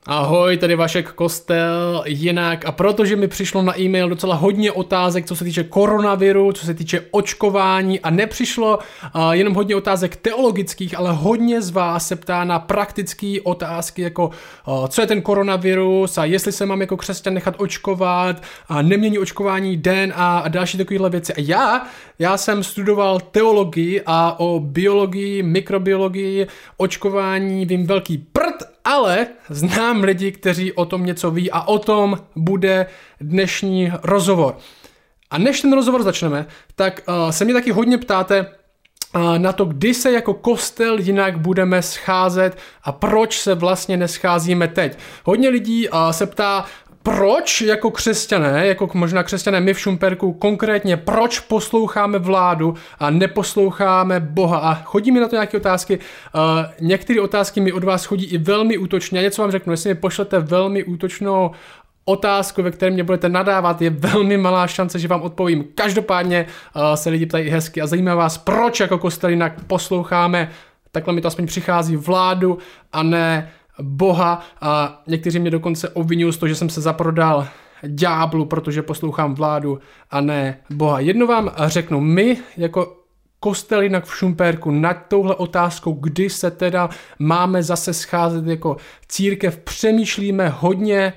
Ahoj, tady Vašek Kostel, jinak a protože mi přišlo na e-mail docela hodně otázek, co se týče koronaviru, co se týče očkování a nepřišlo jenom hodně otázek teologických, ale hodně z vás se ptá na praktické otázky, jako co je ten koronavirus a jestli se mám jako křesťan nechat očkovat a nemění očkování DNA a další takovéhle věci. A já jsem studoval teologii a o biologii, mikrobiologii, očkování vím velký prd, ale znám lidi, kteří o tom něco ví a o tom bude dnešní rozhovor. A než ten rozhovor začneme, tak se mě taky hodně ptáte na to, kdy se jako kostel jinak budeme scházet a proč se vlastně nescházíme teď. Hodně lidí se ptá, proč jako křesťané, jako možná křesťané my v Šumperku konkrétně, proč posloucháme vládu a neposloucháme Boha? A chodí mi na to nějaké otázky. Některé otázky mi od vás chodí i velmi útočně. Já něco vám řeknu, jestli mi pošlete velmi útočnou otázku, ve které mě budete nadávat, je velmi malá šance, že vám odpovím. Každopádně se lidi ptají hezky a zajímá vás, proč jako kostel jinak posloucháme, takhle mi to aspoň přichází, vládu a ne Boha, a někteří mě dokonce obvinují z toho, že jsem se zaprodal ďáblu, protože poslouchám vládu a ne Boha. Jedno vám řeknu, my jako kostel jinak v Šumperku nad touhle otázkou, kdy se teda máme zase scházet jako církev, přemýšlíme hodně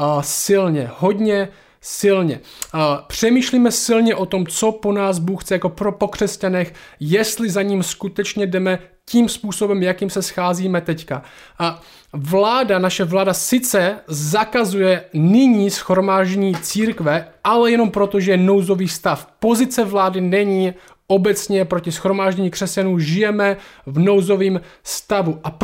silně. Přemýšlíme silně o tom, co po nás Bůh chce jako po křesťanech, jestli za ním skutečně jdeme tím způsobem, jakým se scházíme teďka. A naše vláda sice zakazuje nyní shromáždění církve, ale jenom proto, že je nouzový stav. Pozice vlády není obecně proti shromáždění křesťanů, žijeme v nouzovém stavu. A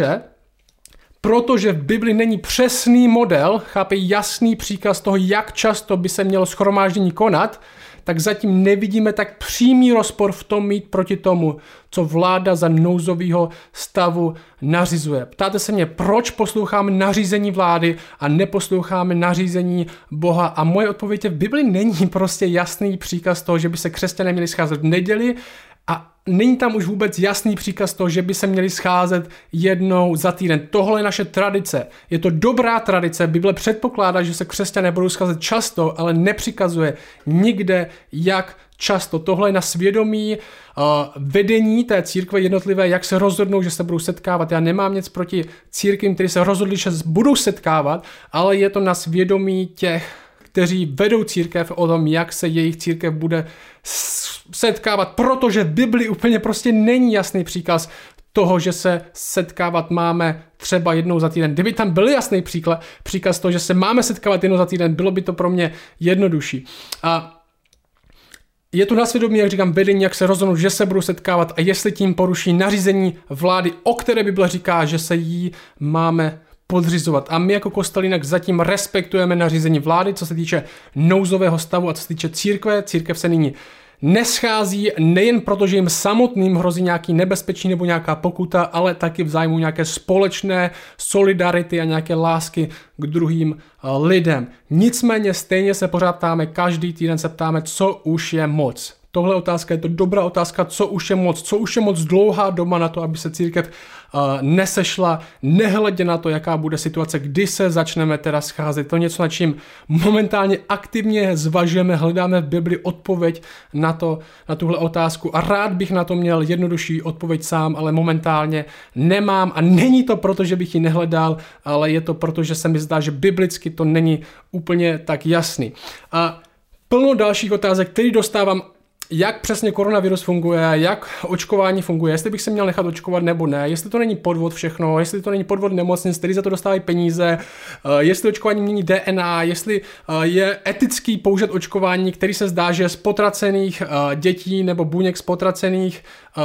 protože v Bibli není přesný model, jasný příkaz toho, jak často by se mělo shromáždění konat, tak zatím nevidíme tak přímý rozpor v tom mít proti tomu, co vláda za nouzového stavu nařizuje. Ptáte se mě, proč posloucháme nařízení vlády a neposloucháme nařízení Boha? A moje odpověď je, v Bibli není prostě jasný příkaz toho, že by se křesťané měli scházet v neděli, a není tam už vůbec jasný příkaz toho, že by se měli scházet jednou za týden. Tohle je naše tradice. Je to dobrá tradice. Bible předpokládá, že se křesťané budou scházet často, ale nepřikazuje nikde, jak často. Tohle je na svědomí vedení té církve jednotlivé, jak se rozhodnou, že se budou setkávat. Já nemám nic proti církvím, kteří se rozhodli, že budou setkávat, ale je to na svědomí těch, kteří vedou církev, o tom, jak se jejich církev bude setkávat, protože v Bibli úplně prostě není jasný příkaz toho, že se setkávat máme třeba jednou za týden. Kdyby tam byl jasný příkaz toho, že se máme setkávat jednou za týden, bylo by to pro mě jednodušší. A je to na svědomí, jak říkám, vedení, jak se rozhodnou, že se budou setkávat a jestli tím poruší nařízení vlády, o které Bible říká, že se jí máme podřizovat. A my jako kostel jinak zatím respektujeme nařízení vlády, co se týče nouzového stavu a co se týče církve. Církev se nyní neschází nejen proto, že jim samotným hrozí nějaký nebezpečí nebo nějaká pokuta, ale taky v zájmu nějaké společné solidarity a nějaké lásky k druhým lidem. Nicméně stejně se pořád ptáme, každý týden se ptáme, co už je moc. Tohle otázka je to dobrá otázka, co už je moc dlouhá doba na to, aby se církev nesešla, nehledě na to, jaká bude situace, kdy se začneme teda scházet. To je něco, na čím momentálně aktivně zvažujeme, hledáme v Bibli odpověď na tuhle otázku a rád bych na to měl jednodušší odpověď sám, ale momentálně nemám a není to proto, že bych ji nehledal, ale je to proto, že se mi zdá, že biblicky to není úplně tak jasný. A plno dalších otázek, které dostávám, jak přesně koronavirus funguje, jak očkování funguje, jestli bych se měl nechat očkovat nebo ne, jestli to není podvod všechno, jestli to není podvod nemocnic, který za to dostávají peníze, jestli očkování mění DNA, jestli je etický použít očkování, který se zdá, že je z potracených dětí nebo buněk z potracených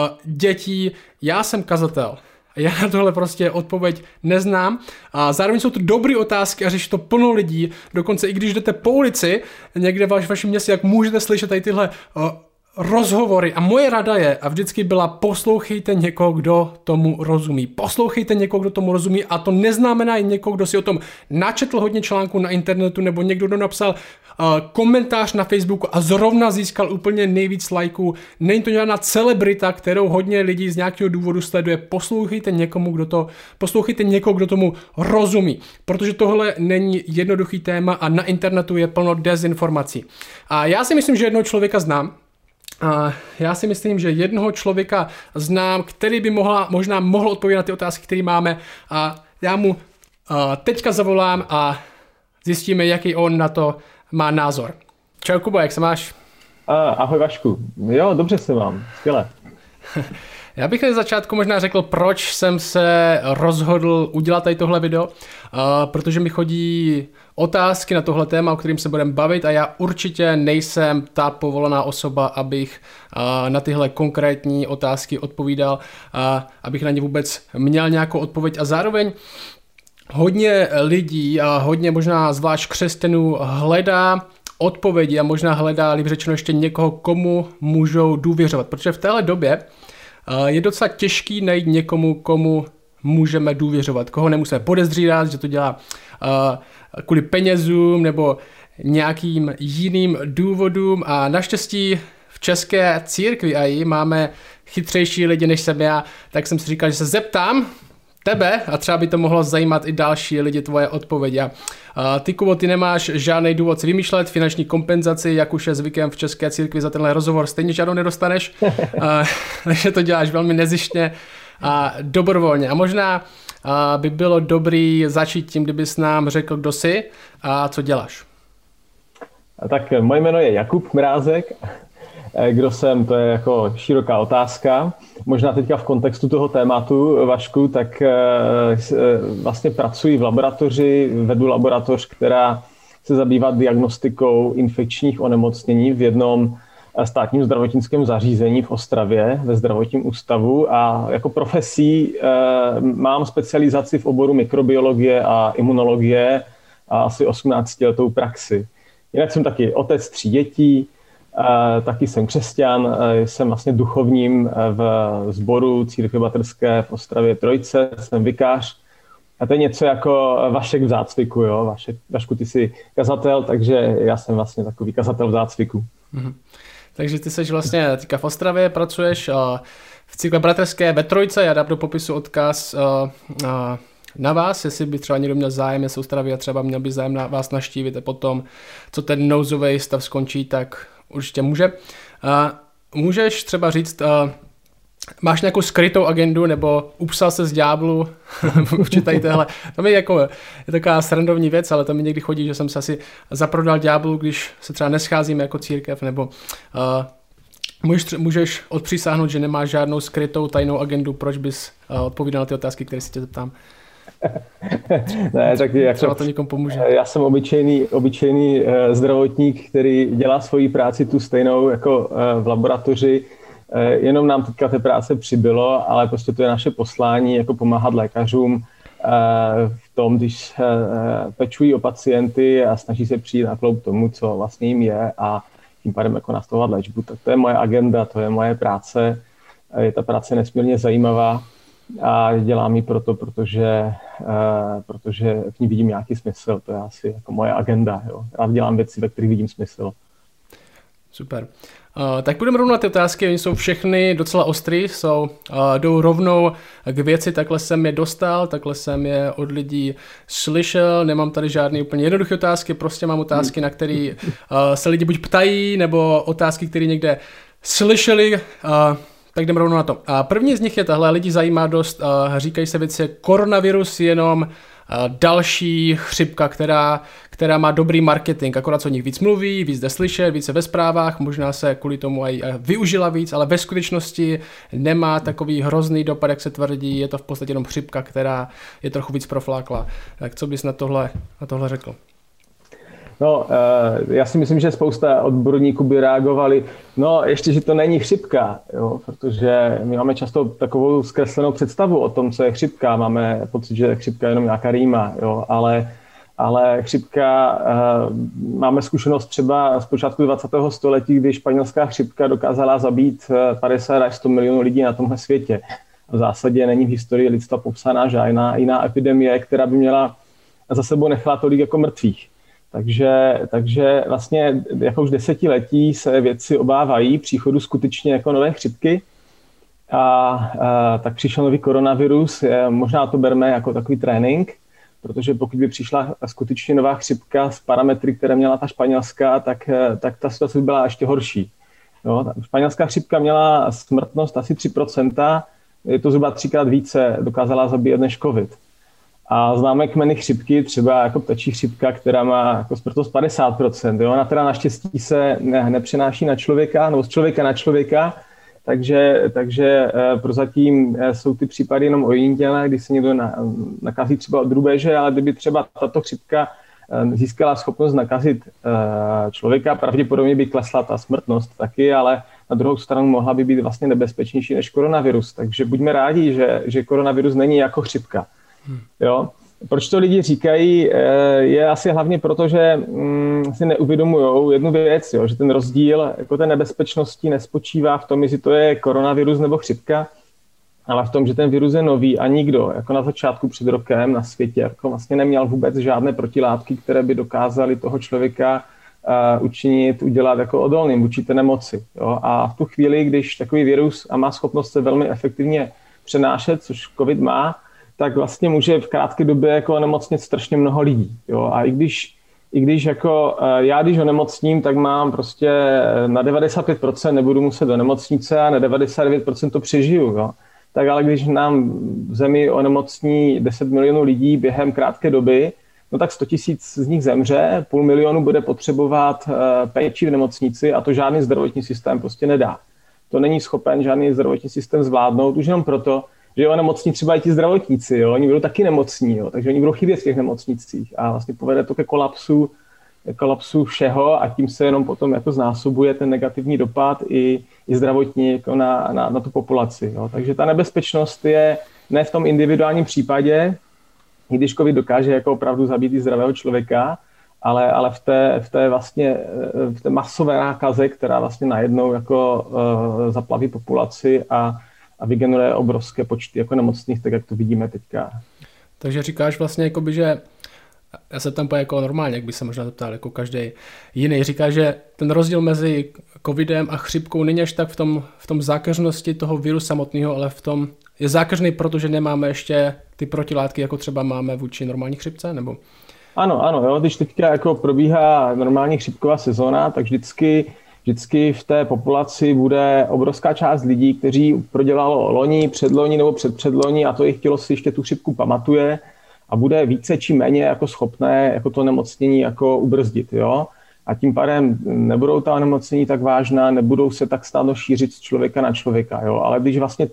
dětí. Já jsem kazatel. Já na tohle prostě odpověď neznám. A zároveň jsou to dobré otázky a řeší to plno lidí. Dokonce i když jdete po ulici někde v vašem městě, jak můžete slyšet tady tyhle rozhovory. A moje rada je, a vždycky byla, poslouchejte někoho, kdo tomu rozumí. Poslouchejte někoho, kdo tomu rozumí, a to neznamená i někoho, kdo si o tom načetl hodně článků na internetu, nebo někdo, kdo napsal komentář na Facebooku a zrovna získal úplně nejvíc lajků. Není to žádná celebrita, kterou hodně lidí z nějakého důvodu sleduje. Poslouchejte někoho, kdo tomu rozumí, protože tohle není jednoduchý téma a na internetu je plno dezinformací. A já si myslím, že jednoho člověka znám. Jednoho člověka znám, který by možná mohl odpovědět na ty otázky, které máme, a já mu teďka zavolám a zjistíme, jaký on na to má názor. Čau Kubo, jak se máš? Ahoj Vašku. Jo, dobře se mám, skvěle. Já bych na začátku možná řekl, proč jsem se rozhodl udělat tady tohle video, protože mi chodí otázky na tohle téma, o kterým se budeme bavit, a já určitě nejsem ta povolaná osoba, abych na tyhle konkrétní otázky odpovídal, abych na ně vůbec měl nějakou odpověď, a zároveň hodně lidí a hodně možná zvlášť křesťanů hledá odpovědi a možná hledá, líp řečeno, ještě někoho, komu můžou důvěřovat, protože v téhle době je docela těžký najít někomu, komu můžeme důvěřovat, koho nemusíme podezřívat, že to dělá kvůli penězům nebo nějakým jiným důvodům, a naštěstí v české církvi AI máme chytřejší lidi než jsem já, tak jsem si říkal, že se zeptám tebe a třeba by to mohlo zajímat i další lidi tvoje odpovědi. Ty, Kubo, ty nemáš žádný důvod si vymýšlet finanční kompenzaci, jak už je zvykem v české církvi, za tenhle rozhovor stejně žádnou nedostaneš, takže to děláš velmi nezištně a dobrovolně. A možná by bylo dobrý začít tím, kdybys nám řekl, kdo jsi a co děláš. Tak moje jméno je Jakub Mrázek. Kdo jsem, to je jako široká otázka. Možná teďka v kontextu toho tématu, Vašku, tak vlastně pracuji v laboratoři, vedu laboratoř, která se zabývá diagnostikou infekčních onemocnění v jednom státním zdravotnickém zařízení v Ostravě, ve zdravotním ústavu, a jako profesí mám specializaci v oboru mikrobiologie a imunologie a asi 18letou praxi. Jinak jsem taky otec 3 dětí, taky jsem křesťan, jsem vlastně duchovním v sboru Církve bratrské v Ostravě Trojce, jsem vikář. A to je něco jako Vašek v zácviku, jo? Vašku, ty jsi kazatel, takže já jsem vlastně takový kazatel v zácviku. Takže ty jsi vlastně teďka v Ostravě, pracuješ v Církvi bratrské ve Trojce, já dám do popisu odkaz na vás, jestli by třeba někdo měl zájem, jestli Ostravě a třeba měl by zájem na vás navštívit a potom, co ten nouzový stav skončí, tak určitě může. Můžeš třeba říct, máš nějakou skrytou agendu, nebo upsal se z ďáblu vůči tady téhle. To je taková srandovní věc, ale to mi někdy chodí, že jsem se asi zaprodal ďáblu, když se třeba nescházíme jako církev, nebo můžeš odpřísáhnout, že nemáš žádnou skrytou tajnou agendu, proč bys odpovídal na ty otázky, které si tě zeptám. Ne, tak jako, třeba to někomu pomůže. Já jsem obyčejný zdravotník, který dělá svoji práci tu stejnou jako v laboratoři. Jenom nám teďka té práce přibylo, ale prostě to je naše poslání, jako pomáhat lékařům v tom, když pečují o pacienty a snaží se přijít na kloub tomu, co vlastně jim je, a tím pádem jako nastavovat léčbu. Tak to je moje agenda, to je moje práce. Je ta práce nesmírně zajímavá a dělám ji proto, protože v ní vidím nějaký smysl. To je asi jako moje agenda. Jo. Rád dělám věci, ve kterých vidím smysl. Super. Tak půjdeme rovnou na ty otázky, oni jsou všechny docela ostrý, jdou rovnou k věci, takhle jsem je dostal, takhle jsem je od lidí slyšel, nemám tady žádné úplně jednoduché otázky, prostě mám otázky, na které se lidi buď ptají, nebo otázky, které někde slyšeli, tak jdeme rovnou na to. První z nich je tahle, lidi zajímá dost, říkají se věci, koronavirus jenom další chřipka, která má dobrý marketing, akorát se o nich víc mluví, víc jde slyšet, více ve zprávách, možná se kvůli tomu i využila víc, ale ve skutečnosti nemá takový hrozný dopad, jak se tvrdí, je to v podstatě jenom chřipka, která je trochu víc profláklá. Tak co bys na tohle řekl? No, já si myslím, že spousta odborníků by reagovali, no ještě, že to není chřipka, jo, protože my máme často takovou zkreslenou představu o tom, co je chřipka, máme pocit, že chřipka je jenom nějaká rýma, jo, ale chřipka, máme zkušenost třeba z počátku 20. století, kdy španělská chřipka dokázala zabít 50 až 100 milionů lidí na tomhle světě. V zásadě není v historii lidstva popsaná žádná jiná epidemie, která by měla za sebou nechala tolik jako mrtvých. Takže vlastně jako už desetiletí se vědci obávají příchodu skutečně jako nové chřipky a tak přišel nový koronavirus. Možná to berme jako takový trénink, protože pokud by přišla skutečně nová chřipka s parametry, které měla ta španělská, tak ta situace by byla ještě horší. Jo, ta španělská chřipka měla smrtnost asi 3%, je to zhruba 3x více, dokázala zabíjet než covid. A známe kmeny chřipky, třeba jako ptačí chřipka, která má jako smrtnost 50%. Jo? Ona teda naštěstí se nepřenáší na člověka, nebo z člověka na člověka, takže prozatím jsou ty případy jenom ojedinělé, kdy se někdo nakazí třeba od drůbeže, ale kdyby třeba tato chřipka získala schopnost nakazit člověka, pravděpodobně by klesla ta smrtnost taky, ale na druhou stranu mohla by být vlastně nebezpečnější než koronavirus. Takže buďme rádi, že koronavirus není jako chřipka. Jo? Proč to lidi říkají, je asi hlavně proto, že si neuvědomujou jednu věc, jo? Že ten rozdíl jako té nebezpečnosti nespočívá v tom, jestli to je koronavirus nebo chřipka, ale v tom, že ten virus je nový a nikdo, jako na začátku před rokem na světě, jako vlastně neměl vůbec žádné protilátky, které by dokázaly toho člověka udělat jako odolným vůči té nemoci. Jo? A v tu chvíli, když takový virus a má schopnost se velmi efektivně přenášet, což COVID má, tak vlastně může v krátké době jako onemocnit strašně mnoho lidí. Jo? A i když jako já, když onemocním, tak mám prostě na 95% nebudu muset do nemocnice a na 99% to přežiju. Jo? Tak ale když nám v zemi onemocní 10 milionů lidí během krátké doby, no tak 100 000 z nich zemře, 500 000 bude potřebovat péči v nemocnici a to žádný zdravotní systém prostě nedá. To není schopen žádný zdravotní systém zvládnout, už jenom proto, že onemocní třeba i ti zdravotníci, jo? Oni budou taky nemocní, jo? Takže oni budou chybět v těch nemocnicích a vlastně povede to ke kolapsu všeho a tím se jenom potom jako znásobuje ten negativní dopad i zdravotní jako na tu populaci. Jo? Takže ta nebezpečnost je ne v tom individuálním případě, i když COVID dokáže jako opravdu zabít i zdravého člověka, ale v té masové nákaze, která vlastně najednou jako zaplaví populaci a vygeneruje obrovské počty jako nemocných, tak jak to vidíme teďka. Takže říkáš vlastně, jakoby, že já se tam jako normálně, jak by se možná zeptal, jako každý jiný, říká, že ten rozdíl mezi covidem a chřipkou není až tak v tom zákeřnosti toho viru samotného, ale v tom je zákeřný, protože nemáme ještě ty protilátky, jako třeba máme vůči normální chřipce, nebo? Ano, jo, když teďka jako probíhá normální chřipková sezóna, tak vždycky v té populaci bude obrovská část lidí, kteří prodělalo loni, předloni nebo předpředloni a to jejich tělo si ještě tu chřipku pamatuje a bude více či méně jako schopné jako to nemocnění jako ubrzdit, jo. A tím pádem nebudou ta onemocnění tak vážná, nebudou se tak snadno šířit z člověka na člověka, jo. Ale když vlastně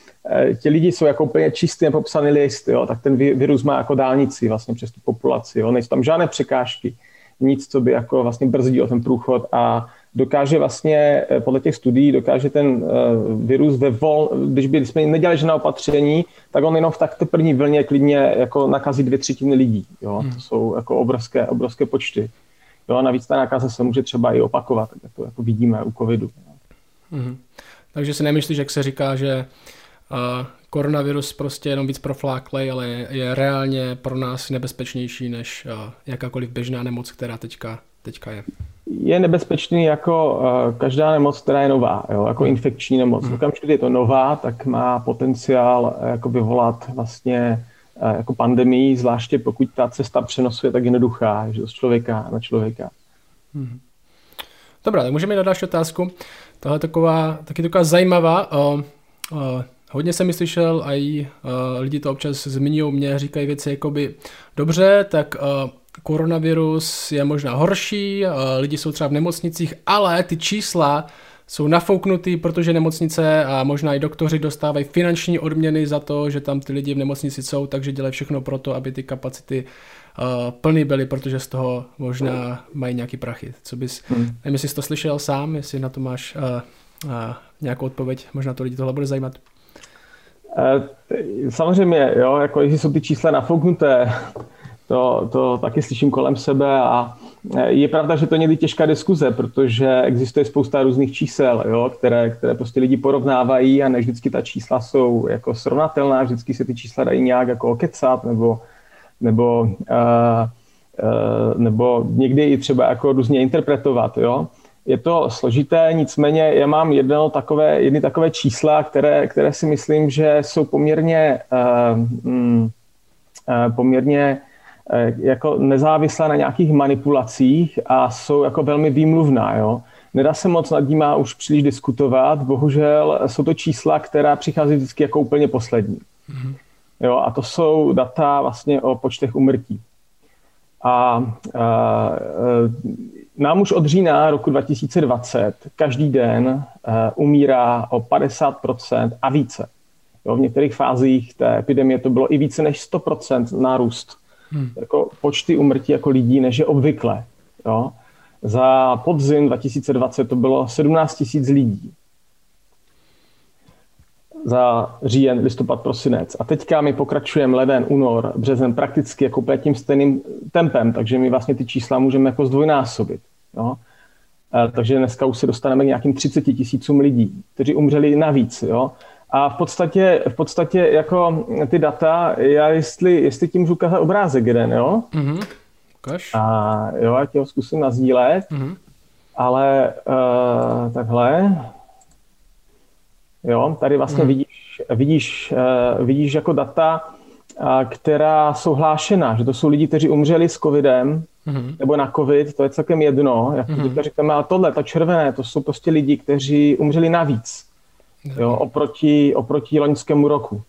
ti lidi jsou jako úplně čistý nepopsaný list, jo, tak ten virus má jako dálnici vlastně přes tu populaci, jo. Nejsou tam žádné překážky, nic, co by jako vlastně brzdilo ten průchod a dokáže vlastně, podle těch studií, dokáže ten virus když jsme nedělali žádné opatření, tak on jenom v takto první vlně klidně jako nakazí 2/3 lidí. Jo? To jsou jako obrovské počty. Jo? A navíc ta nákaza se může třeba i opakovat, tak to jako vidíme u covidu. Takže si nemyslíš, jak se říká, že koronavirus prostě jenom víc profláklej, ale je reálně pro nás nebezpečnější než jakákoliv běžná nemoc, která teďka je. Je nebezpečný jako každá nemoc, která je nová, jo? Jako infekční nemoc. Okamžitě je to nová, tak má potenciál jako vyvolat vlastně jako pandemii, zvláště pokud ta cesta přenosu je tak jednoduchá, že z člověka na člověka. Dobrá, tak můžeme jít na další otázku. Tohle je taky taková zajímavá. Hodně jsem slyšel a i lidi to občas zmiňují, mě říkají věci jakoby dobře, tak koronavirus je možná horší, lidi jsou třeba v nemocnicích, ale ty čísla jsou nafouknutý, protože nemocnice a možná i doktoři dostávají finanční odměny za to, že tam ty lidi v nemocnici jsou, takže dělají všechno pro to, aby ty kapacity plný byly, protože z toho možná mají nějaký prachy. Nevím, jestli jsi to slyšel sám, jestli na to máš nějakou odpověď, možná to lidi tohle bude zajímat. Samozřejmě, jo, jako jestli jsou ty čísla nafouknuté, to taky slyším kolem sebe a je pravda, že to je někdy těžká diskuze, protože existuje spousta různých čísel, jo, které prostě lidi porovnávají a ne vždycky ta čísla jsou jako srovnatelná, vždycky se ty čísla dají nějak jako okecat nebo nebo někdy i třeba jako různě interpretovat, jo. Je to složité, nicméně já mám jedny takové čísla, které si myslím, že jsou poměrně jako nezávislé na nějakých manipulacích a jsou jako velmi výmluvná, jo. Nedá se moc nad nimi už příliš diskutovat, bohužel jsou to čísla, která přichází vždycky jako úplně poslední. Jo, a to jsou data vlastně o počtech úmrtí. A nám už od října roku 2020 každý den umírá o 50% a více. Jo, v některých fázích té epidemie to bylo i více než 100% nárůst. Jako počty úmrtí jako lidí, než je obvykle. Jo. Za podzim 2020 to bylo 17 000 lidí. Za říjen, listopad, prosinec. A teďka my pokračujeme leden, únor, březen prakticky jako tím stejným tempem, takže my vlastně ty čísla můžeme jako zdvojnásobit. Jo? Takže dneska už se dostaneme k nějakým 30 000 lidí, kteří umřeli navíc. Jo? A v podstatě jako ty data, já jestli tím můžu ukázat obrázek jeden, jo? A jo, já tě ho zkusím nasdílet, ale takhle. Jo, tady vlastně vidíš jako data, která jsou hlášena, že to jsou lidi, kteří umřeli s covidem, nebo na covid, to je celkem jedno, jak teďka říkáme, ale tohle, to červené, to jsou prostě lidi, kteří umřeli navíc, jo, oproti loňskému roku.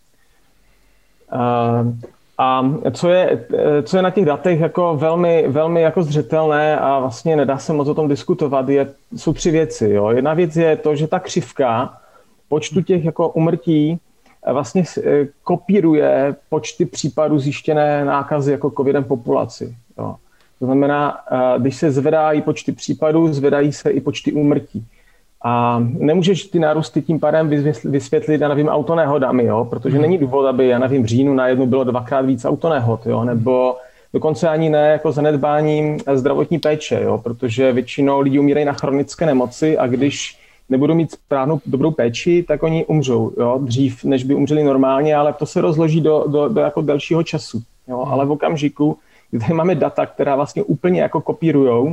A co je na těch datech jako velmi jako zřetelné a vlastně nedá se moc o tom diskutovat, jsou 3 věci. Jo. Jedna věc je to, že ta křivka počtu těch jako úmrtí vlastně kopíruje počty případů zjištěné nákazy jako covidem populaci. Jo. To znamená, když se zvedají počty případů, zvedají se i počty úmrtí. A nemůžeš ty nárůsty tím pádem vysvětlit, já nevím, autonehodami, jo? Protože není důvod, aby, já nevím, v říjnu najednou bylo 2x víc autonehod, jo? Nebo dokonce ani ne jako zanedbáním zdravotní péče, jo? Protože většinou lidí umírají na chronické nemoci a když nebudou mít správnou dobrou péči, tak oni umřou, jo? Dřív, než by umřeli normálně, ale to se rozloží do jako delšího času. Jo? Ale v okamžiku, kdy tady máme data, která vlastně úplně jako kopírujou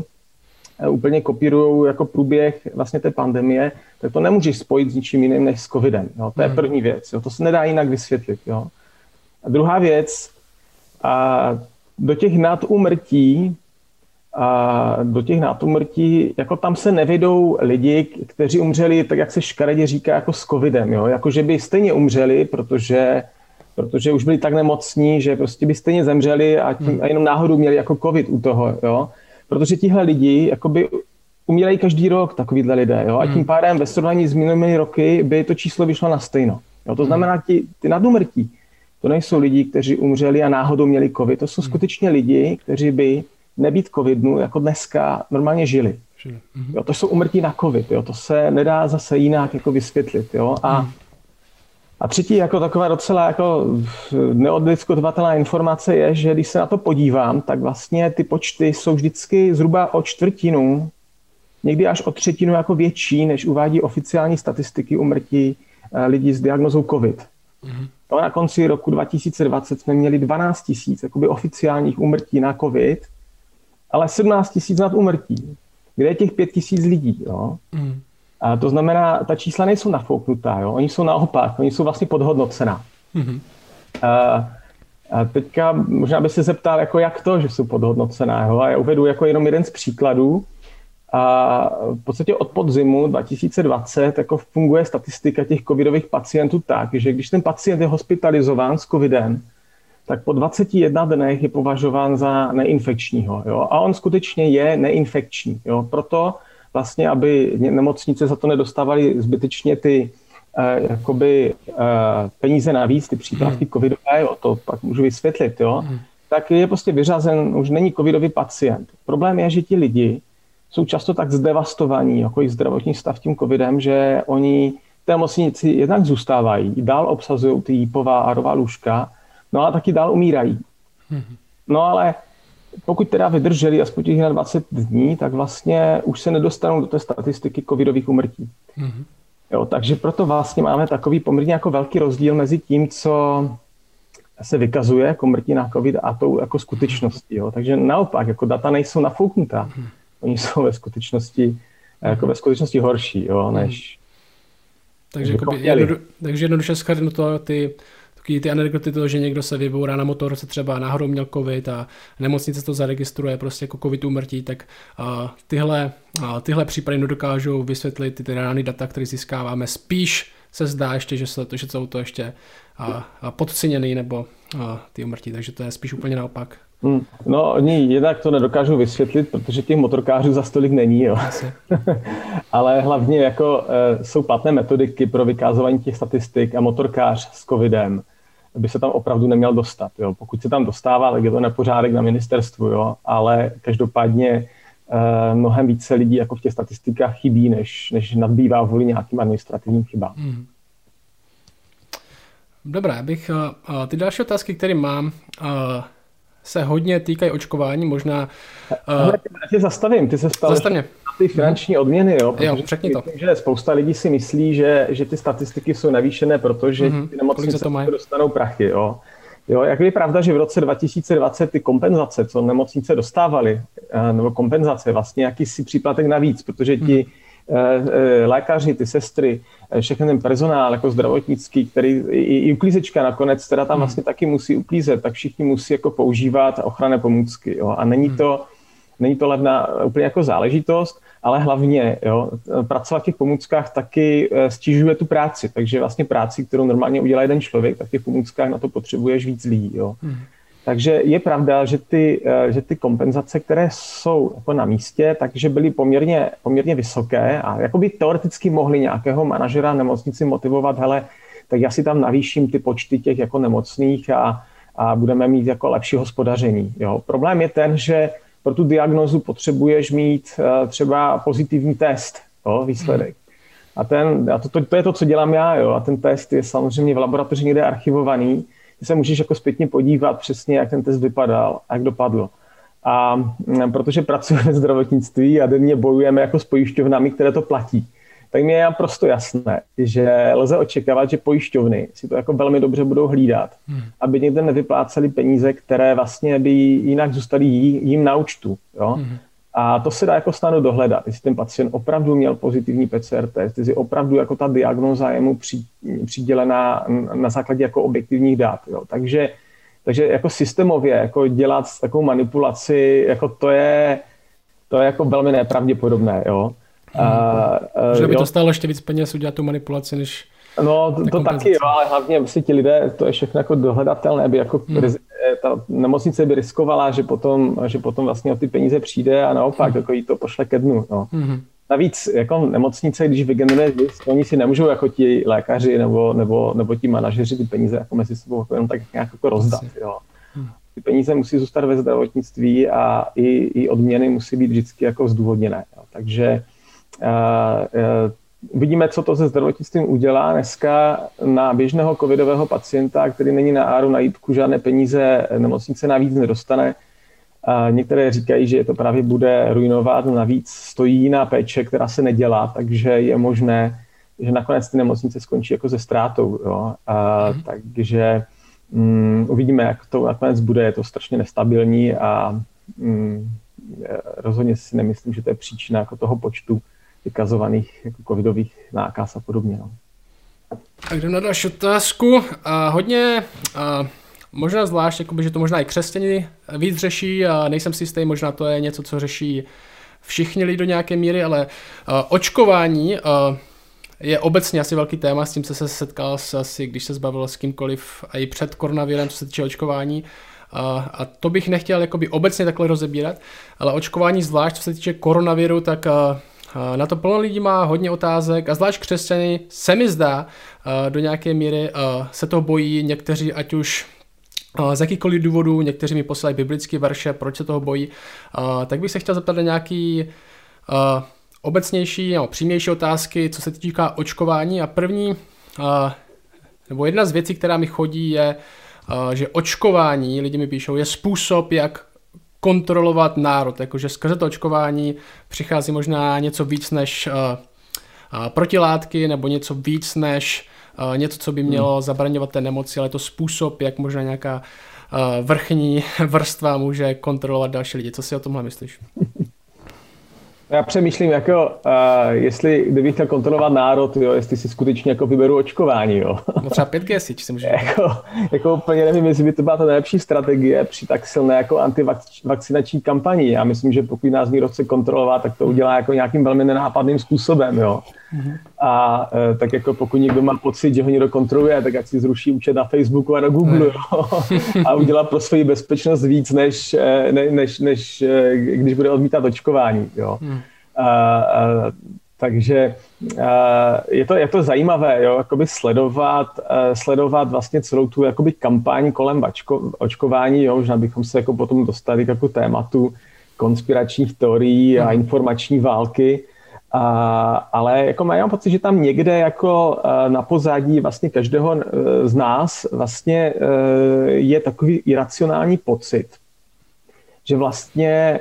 jako průběh vlastně té pandemie, tak to nemůžeš spojit s ničím jiným než s covidem. Jo? To je první věc. Jo? To se nedá jinak vysvětlit. Jo? A druhá věc, do těch nadúmrtí, jako tam se nevejdou lidi, kteří umřeli, tak jak se škaredě říká, jako s covidem. Jo? Jako, že by stejně umřeli, protože už byli tak nemocní, že prostě by stejně zemřeli a jenom náhodou měli jako covid u toho. Jo? Protože tihle lidi jakoby umírají každý rok, takovýhle lidé. Jo? A tím pádem ve srovnání s minulými roky by to číslo vyšlo na stejno. Jo? To znamená, ty nadúmrtí, to nejsou lidi, kteří umřeli a náhodou měli covid. To jsou skutečně lidi, kteří by nebýt covidu jako dneska normálně žili. Jo? To jsou úmrtí na covid. Jo? To se nedá zase jinak jako vysvětlit. Jo? A třetí jako taková docela jako neoddiskutovatelná informace je, že když se na to podívám, tak vlastně ty počty jsou vždycky zhruba o 1/4, někdy až o 1/3 jako větší, než uvádí oficiální statistiky úmrtí lidí s diagnózou COVID. No, na konci roku 2020 jsme měli 12 000 jakoby oficiálních úmrtí na COVID, ale 17 000 nadúmrtí. Kde je těch 5 000 lidí? Jo? A to znamená, ta čísla nejsou nafouknutá, jo? Oni jsou naopak, oni jsou vlastně podhodnocená. A teďka možná by se zeptal, jako jak to, že jsou podhodnocená. Jo? A já uvedu jako jenom jeden z příkladů. A v podstatě od podzimu 2020 jako funguje statistika těch covidových pacientů tak, že když ten pacient je hospitalizován s covidem, tak po 21 dnech je považován za neinfekčního. Jo? A on skutečně je neinfekční. Jo? Proto vlastně, aby nemocnice za to nedostávaly zbytečně ty peníze navíc, ty přípravky covidové, jo, to pak můžu vysvětlit, jo, tak je prostě vyřazen, už není covidový pacient. Problém je, že ti lidi jsou často tak zdevastovaní, jako jejich zdravotní stav tím covidem, že oni v té nemocnici jednak zůstávají, dál obsazují ty jípová a rová lůžka, no ale taky dál umírají. No ale pokud teda vydrželi aspoň těch 20 dní, tak vlastně už se nedostanou do té statistiky covidových úmrtí. Jo, takže proto vlastně máme takový poměrně jako velký rozdíl mezi tím, co se vykazuje jako mrtí na covid a tou jako skutečností. Jo. Takže naopak, jako data nejsou nafouknutá. Oni jsou ve skutečnosti horší, jo, než... Takže jednoduše shrnu to, ty anekdoty toho, že někdo se vybourá na motorce, třeba náhodou měl covid a nemocnice to zaregistruje prostě jako covid úmrtí, tak tyhle případy nedokážou vysvětlit ty reální data, které získáváme. Spíš se zdá ještě, že jsou to ještě podceněný nebo ty úmrtí, takže to je spíš úplně naopak. No, oni jednak to nedokážou vysvětlit, protože těch motorkářů za stolik není, jo. Ale hlavně jako jsou platné metodiky pro vykázování těch statistik a motorkář s covidem by se tam opravdu neměl dostat, jo. Pokud se tam dostává, tak je to nepořádek na ministerstvu, jo, ale každopádně mnohem více lidí jako v těch statistikách chybí, než nadbývá kvůli nějakým administrativním chybám. Dobré, ty další otázky, které mám, se hodně týkají očkování, možná... Já tě zastavím, ty se ptal na ty finanční odměny, jo? Jo, řekni to. Že spousta lidí si myslí, že ty statistiky jsou navýšené, protože ty nemocnice dostanou prachy, jo. Jo, jak je pravda, že v roce 2020 ty kompenzace, co nemocnice dostávaly, nebo kompenzace, vlastně jakýsi příplatek navíc, protože ti lékaři, ty sestry, všechny ten personál jako zdravotnický, který i uklízečka nakonec, teda tam vlastně taky musí uklízet, tak všichni musí jako používat ochranné pomůcky. Jo? A není to levná úplně jako záležitost, ale hlavně pracovat v těch pomůckách taky stěžuje tu práci. Takže vlastně práci, kterou normálně udělá jeden člověk, tak v těch pomůckách na to potřebuješ víc lidí. Jo? Takže je pravda, že ty kompenzace, které jsou jako na místě, takže byly poměrně vysoké a jakoby teoreticky mohli nějakého manažera nemocnici motivovat, hele, tak já si tam navýším ty počty těch jako nemocných a budeme mít jako lepší hospodaření. Jo. Problém je ten, že pro tu diagnózu potřebuješ mít třeba pozitivní test, výsledek. A to je to, co dělám já, jo. A ten test je samozřejmě v laboratoři někde archivovaný. Ty se můžeš jako zpětně podívat přesně, jak ten test vypadal a jak dopadlo. A protože pracujeme ve zdravotnictví a denně bojujeme jako s pojišťovnami, které to platí, tak mi je naprosto jasné, že lze očekávat, že pojišťovny si to jako velmi dobře budou hlídat, aby někde nevypláceli peníze, které vlastně by jinak zůstaly jim na účtu. Jo? A to se dá jako snadno dohledat, jestli ten pacient opravdu měl pozitivní PCR test, jestli opravdu jako ta diagnóza je mu přidělená na základě jako objektivních dat. Jo. Takže jako systémově jako dělat takovou manipulaci, jako to je jako velmi nepravděpodobné. Jo. Že by to stálo ještě víc peněz udělat tu manipulaci, než... No, to taky, jo, ale hlavně vlastně ti lidé, to je všechno jako dohledatelné, aby jako ta nemocnice by riskovala, že potom vlastně o ty peníze přijde a naopak, jako jí to pošle ke dnu. No. Navíc jako nemocnice, když vygeneruje zisk, oni si nemůžou jako ti lékaři nebo ti manažeři ty peníze jako mezi sebou jenom tak nějak jako rozdat. Jo. Ty peníze musí zůstat ve zdravotnictví a i odměny musí být vždycky jako zdůvodněné. Jo. Takže uvidíme, co to se zdravotnictvím udělá. Dneska na běžného covidového pacienta, který není na áru, na jípku, žádné peníze nemocnice navíc nedostane. Některé říkají, že to právě bude ruinovat, navíc stojí jiná péče, která se nedělá, takže je možné, že nakonec ty nemocnice skončí jako ze ztrátou. Jo? Takže uvidíme, jak to nakonec bude. Je to strašně nestabilní a rozhodně si nemyslím, že to je příčina jako toho počtu vykazovaných jako covidových nákaz a podobně. No. Tak jdem na další otázku. Hodně, možná zvlášť, jakoby, že to možná i křesťané víc řeší, a nejsem si jistý, možná to je něco, co řeší všichni lidi do nějaké míry, ale očkování je obecně asi velký téma, s tím se setkal asi, když se zbavil s kýmkoliv a i před koronavirem, co se týče očkování. A to bych nechtěl jakoby obecně takhle rozebírat, ale očkování zvlášť, co se týče koronaviru, tak na to plno lidí má hodně otázek a zvlášť křesťany se mi zdá, do nějaké míry se toho bojí, někteří ať už z jakýchkoliv důvodů, někteří mi posílají biblické verše, proč se toho bojí, tak bych se chtěl zeptat na nějaký obecnější nebo přímější otázky, co se týká očkování. A první, nebo jedna z věcí, která mi chodí, je, že očkování, lidi mi píšou, je způsob, jak kontrolovat národ, jakože skrze to očkování přichází možná něco víc než protilátky nebo něco víc než něco, co by mělo zabraňovat té nemoci, ale je to způsob, jak možná nějaká vrchní vrstva může kontrolovat další lidi. Co si o tomhle myslíš? Já přemýšlím, jestli kdybych chtěl kontrolovat národ, jo, jestli si skutečně jako vyberu očkování. Jo. No třeba 5G si může jako úplně nevím, jestli by to byla ta nejlepší strategie při tak silné jako antivakcinační kampani. Já myslím, že pokud nás někdo chce kontrolovat, tak to udělá jako nějakým velmi nenápadným způsobem. Jo. A tak jako pokud někdo má pocit, že ho někdo kontroluje, tak ať si zruší účet na Facebooku a na Google jo, a udělá pro svoji bezpečnost víc, než když bude odmítat očkování. Jo. Takže je to zajímavé, jo, jakoby sledovat vlastně celou tu jakoby kampaň kolem očkování, jo, že bychom se jako potom dostali k jako tématu konspiračních teorií a informační války. Ale jako mám pocit, že tam někde jako na pozadí vlastně každého z nás vlastně je takový iracionální pocit, že vlastně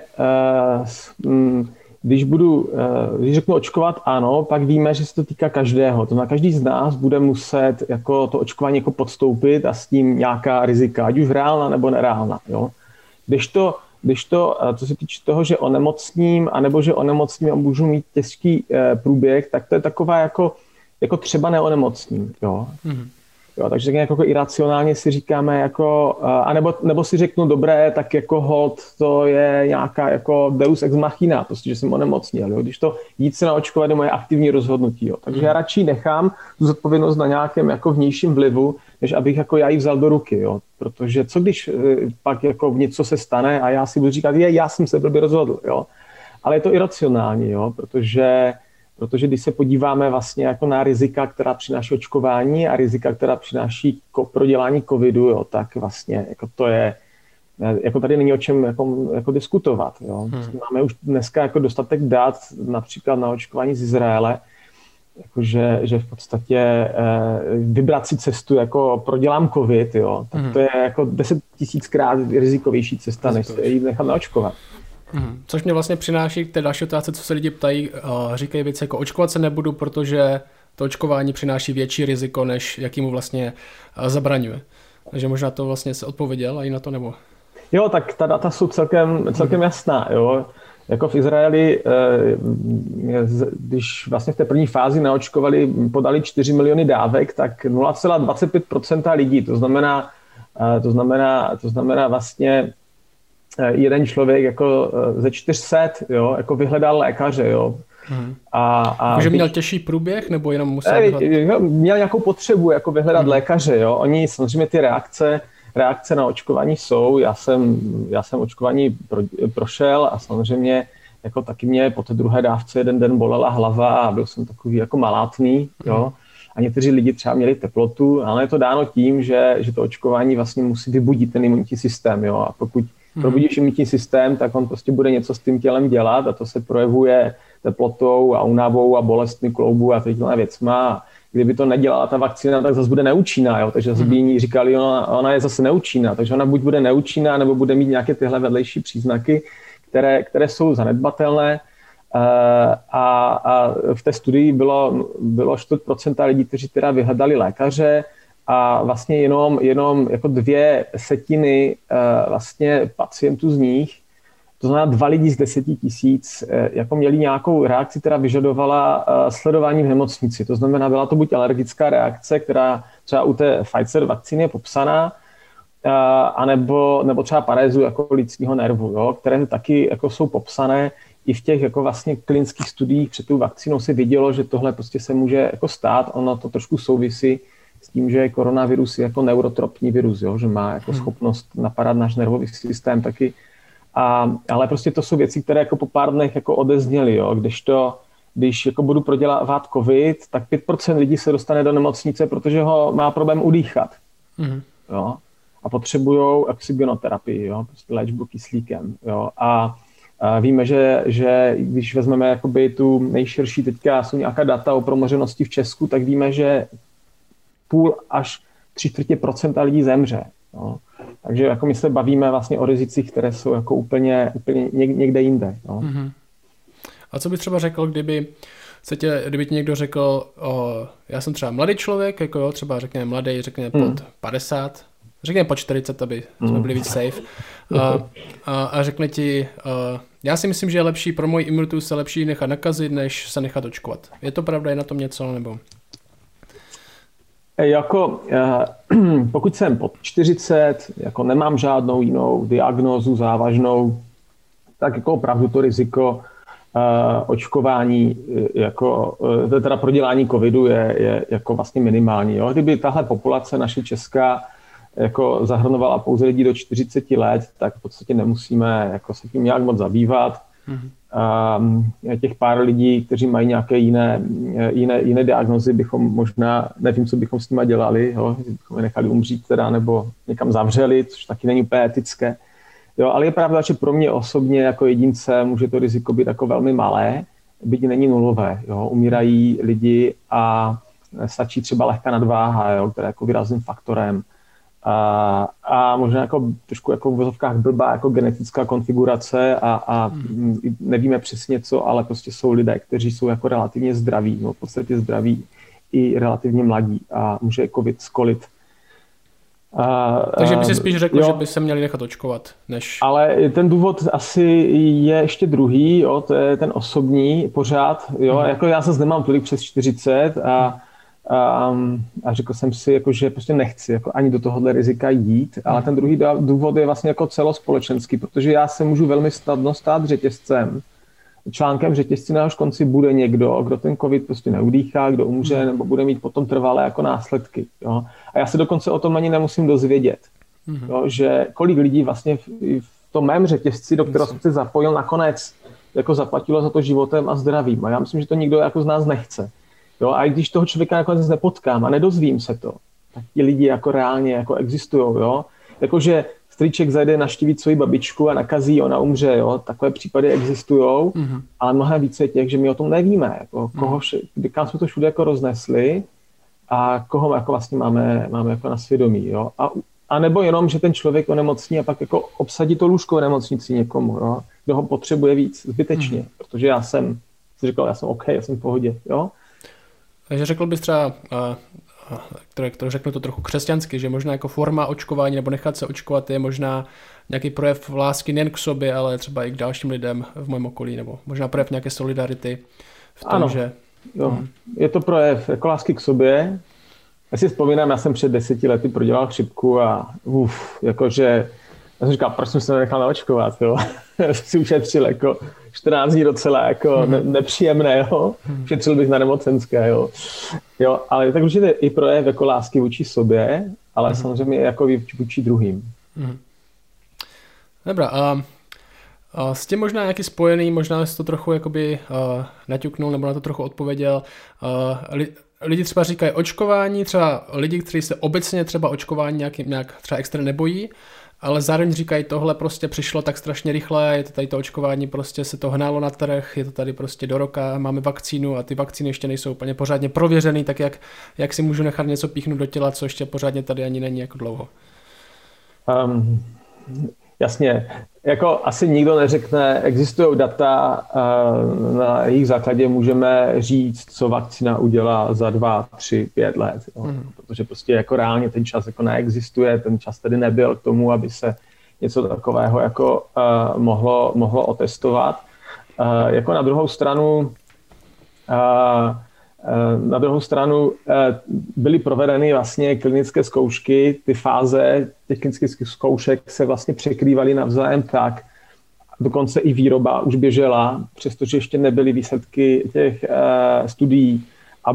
když řeknu očkovat ano, pak víme, že se to týká každého. To znamená, každý z nás bude muset jako to očkování jako podstoupit a s tím nějaká rizika, ať už reálna nebo nereálna. Jo? Když to, co se týče toho, že onemocním, anebo že onemocním a můžu mít těžký průběh, tak to je taková jako třeba neonemocním. Jo? Mm-hmm. Jo, takže jako iracionálně si říkáme, jako, nebo si řeknu, dobré, tak jako hold, to je nějaká jako deus ex machina, prostě, že jsem onemocněl. Jo? Když to jít se naočkovat je moje aktivní rozhodnutí. Jo? Takže já radši nechám tu zodpovědnost na nějakém jako vnějším vlivu, než abych jako já ji vzal do ruky. Jo? Protože co když pak jako něco se stane a já si budu říkat, já jsem se blbě rozhodl. Jo? Ale je to iracionální, jo? Protože když se podíváme vlastně jako na rizika, která přináší očkování a rizika, která přináší prodělání covidu, jo, tak vlastně jako to je, jako tady není o čem jako diskutovat. Jo. Máme už dneska jako dostatek dat, například na očkování z Izraele, jakože, že v podstatě vybrat si cestu, jako prodělám covid, jo, tak to je jako 10 000krát rizikovější cesta, než se jít nechat naočkovat. Což mě vlastně přináší k té další otázce, co se lidi ptají, říkají věci jako očkovat se nebudu, protože to očkování přináší větší riziko, než jaký mu vlastně zabraňuje. Takže možná to vlastně se odpověděl a i na to nebo? Jo, tak ta data jsou celkem jasná. Jo. Jako v Izraeli, když vlastně v té první fázi podali 4 miliony dávek, tak 0,25% lidí, to znamená vlastně jeden člověk jako ze 400, jo, jako vyhledal lékaře, jo. Že měl těžší průběh, nebo jenom musel měl nějakou potřebu jako vyhledat lékaře, jo. Oni samozřejmě ty reakce na očkování jsou. Já jsem očkování prošel a samozřejmě jako taky mě po té druhé dávce jeden den bolela hlava a byl jsem takový jako malátný, jo. A někteří lidi třeba měli teplotu, ale je to dáno tím, že to očkování vlastně musí vybudit ten imunitní systém, jo. A pokud probudíš imunitní systém, tak on prostě bude něco s tím tělem dělat a to se projevuje teplotou a únavou a bolestmi kloubů a těchto věcma. A kdyby to nedělala ta vakcína, tak zase bude neúčinná, jo? Takže zase by jiní říkali, ona je zase neúčinná, takže ona buď bude neúčinná, nebo bude mít nějaké tyhle vedlejší příznaky, které jsou zanedbatelné. A v té studii bylo 4% lidí, kteří teda vyhledali lékaře, a vlastně jenom jako 2/10 vlastně pacientů z nich, to znamená 2 lidi z 10 000, jako měli nějakou reakci, která vyžadovala sledování v nemocnici. To znamená, byla to buď alergická reakce, která třeba u té Pfizer vakcíny je popsaná, anebo třeba parézu jako lidského nervu, jo, které taky jako jsou popsané. I v těch jako vlastně klinických studiích před tou vakcínou se vidělo, že tohle prostě se může jako stát. Ono to trošku souvisí s tím, že koronavirus je jako neurotropní virus, jo, že má jako schopnost napadat náš nervový systém taky. Ale prostě to jsou věci, které jako po pár dnech jako odezněly, jo, když jako budu prodělávat covid, tak 5% lidí se dostane do nemocnice, protože ho má problém udýchat. Jo, a potřebujou oxygenoterapii, jo, prostě léčbu kyslíkem, jo, a víme, že když vezmeme jakoby tu nejširší, teďka jsou nějaká data o promořenosti v Česku, tak víme, že 0,5 až 3/4% lidí zemře. No. Takže jako my se bavíme vlastně o rizicích, které jsou jako úplně někde jinde. No. A co bys třeba řekl, kdyby kdyby ti někdo řekl, já jsem třeba mladý člověk, jako jo, třeba řekněme mladý, řekněme pod 50, řekněme pod 40, aby jsme byli víc safe, a řekne ti, já si myslím, že je lepší pro moji imunitu se lepší nechat nakazit, než se nechat očkovat. Je to pravda, je na tom něco, nebo? Jako, pokud jsem pod 40, jako nemám žádnou jinou diagnózu závažnou, tak jako opravdu to riziko očkování, jako, teda prodělání covidu je jako vlastně minimální. Jo? Kdyby tahle populace naše česká jako zahrnovala pouze lidi do 40 let, tak v podstatě nemusíme jako se tím nějak moc zabývat. Těch pár lidí, kteří mají nějaké jiné diagnózy, bychom možná, nevím, co bychom s nimi dělali, jo? Bychom je nechali umřít teda, nebo někam zavřeli, což taky není úplně etické. Jo, ale je pravda, že pro mě osobně jako jedince může to riziko být jako velmi malé, byť není nulové. Jo? Umírají lidi a stačí třeba lehká nadváha, jo? Která je jako výrazným faktorem. A možná jako trošku jako v vozovkách blbá jako genetická konfigurace a nevíme přesně co, ale prostě jsou lidé, kteří jsou jako relativně zdraví, no, v podstatě zdraví i relativně mladí a může covid skolit. Takže by si spíš řekl, že by se měli nechat očkovat, než... Ale ten důvod asi je ještě druhý, jo, to je ten osobní pořád. Jo, jako já zase nemám tolik přes 40 a řekl jsem si, jako, že prostě nechci jako ani do tohohle rizika jít, ale ten druhý důvod je vlastně jako celospolečenský, protože já se můžu velmi snadno stát řetězcem, článkem řetězci, na jehož konci bude někdo, kdo ten covid prostě neudýchá, kdo umře nebo bude mít potom trvalé jako následky. Jo? A já se dokonce o tom ani nemusím dozvědět, jo? Že kolik lidí vlastně v tom mém řetězci, do kterého jsem se zapojil, nakonec jako zaplatilo za to životem a zdravím. A já myslím, že to nikdo jako z nás nechce. Jo? A i když toho člověka nakonec nepotkám a nedozvím se to, tak ti lidi jako reálně jako existujou. Jo? Jakože strýček zajde navštívit svoji babičku a nakazí, ona umře, jo? Takové případy existujou, ale mnohem více těch, že my o tom nevíme, jako kam jsme to všude jako roznesli a koho jako vlastně máme jako na svědomí, jo? A nebo jenom, že ten člověk onemocní a pak jako obsadí to lůžko v nemocnici někomu, jo? Kdo ho potřebuje víc zbytečně, protože já jsem OK, já jsem v pohodě, jo? Takže řekl bys třeba, to řeknu to trochu křesťansky, že možná jako forma očkování nebo nechat se očkovat je možná nějaký projev lásky nejen k sobě, ale třeba i k dalším lidem v mém okolí, nebo možná projev nějaké solidarity v tom, ano, že... Jo. Je to projev jako lásky k sobě. Já si vzpomínám, já jsem před 10 lety prodělal chřipku a jakože já jsem říkal, proč jsem se nenechal naočkovat, jo. Si ušetřil jako 14 dní docela jako nepříjemné, jo. Šetřil bych na nemocenské, jo. Jo, ale tak určitě i projev jako lásky vůči sobě, ale samozřejmě jako vůči druhým. Dobrá, a s tím možná nějaký spojený, možná jsi to trochu jakoby naťuknul nebo na to trochu odpověděl. Lidi třeba říkají očkování, třeba lidi, kteří se obecně třeba očkování nějak třeba extra nebojí, ale zároveň říkají, tohle prostě přišlo tak strašně rychle, je to tady to očkování, prostě se to hnálo na trh, je to tady prostě do roka, máme vakcínu a ty vakcíny ještě nejsou úplně pořádně prověřený, tak jak si můžu nechat něco píchnout do těla, co ještě pořádně tady ani není jako dlouho? Jasně, jako asi nikdo neřekne, existují data, na jejich základě můžeme říct, co vakcína udělá za 2, 3, 5 let, jo. Protože prostě jako reálně ten čas jako neexistuje, ten čas tedy nebyl k tomu, aby se něco takového jako mohlo otestovat. Jako na druhou stranu byly provedeny vlastně klinické zkoušky, ty fáze těch klinických zkoušek se vlastně překrývaly navzájem tak, dokonce i výroba už běžela, přestože ještě nebyly výsledky těch studií,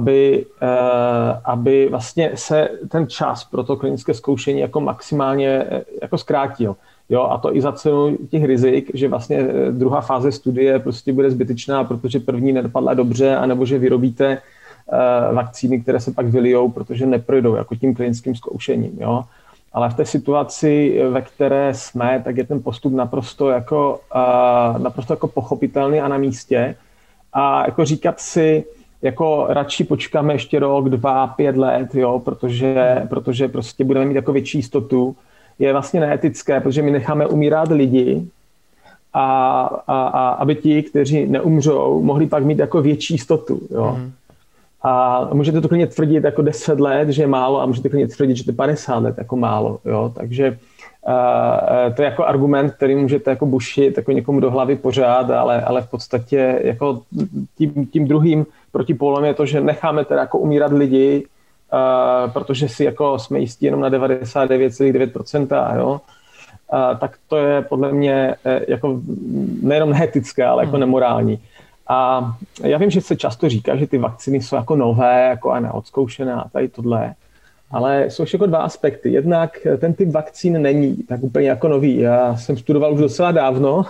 aby vlastně se ten čas pro to klinické zkoušení jako maximálně jako zkrátil. Jo, a to i za cenu těch rizik, že vlastně druhá fáze studie prostě bude zbytečná, protože první nedopadla dobře, anebo že vyrobíte vakcíny, které se pak vylijou, protože neprojdou jako tím klinickým zkoušením. Jo. Ale v té situaci, ve které jsme, tak je ten postup naprosto jako pochopitelný a na místě. A jako říkat si, jako radši počkáme ještě rok, 2, 5 let, jo, protože prostě budeme mít jako větší jistotu, je vlastně neetické, protože my necháme umírat lidi a aby ti, kteří neumřou, mohli pak mít jako větší jistotu. Jo. A můžete to klidně tvrdit jako 10 let, že je málo, a můžete klidně tvrdit, že to je 50 let jako málo. Jo. Takže to je jako argument, který můžete jako bušit jako někomu do hlavy pořád, ale v podstatě jako tím druhým protipólem je to, že necháme teda jako umírat lidi, protože si jako jsme jistí jenom na 99,9%, jo. Tak to je podle mě jako nejenom neetické, ale jako nemorální. A já vím, že se často říká, že ty vakcíny jsou jako nové, jako a neodzkoušené a tady tohle. Ale jsou ještě jako dva aspekty. Jednak ten typ vakcín není tak úplně jako nový. Já jsem studoval už docela dávno.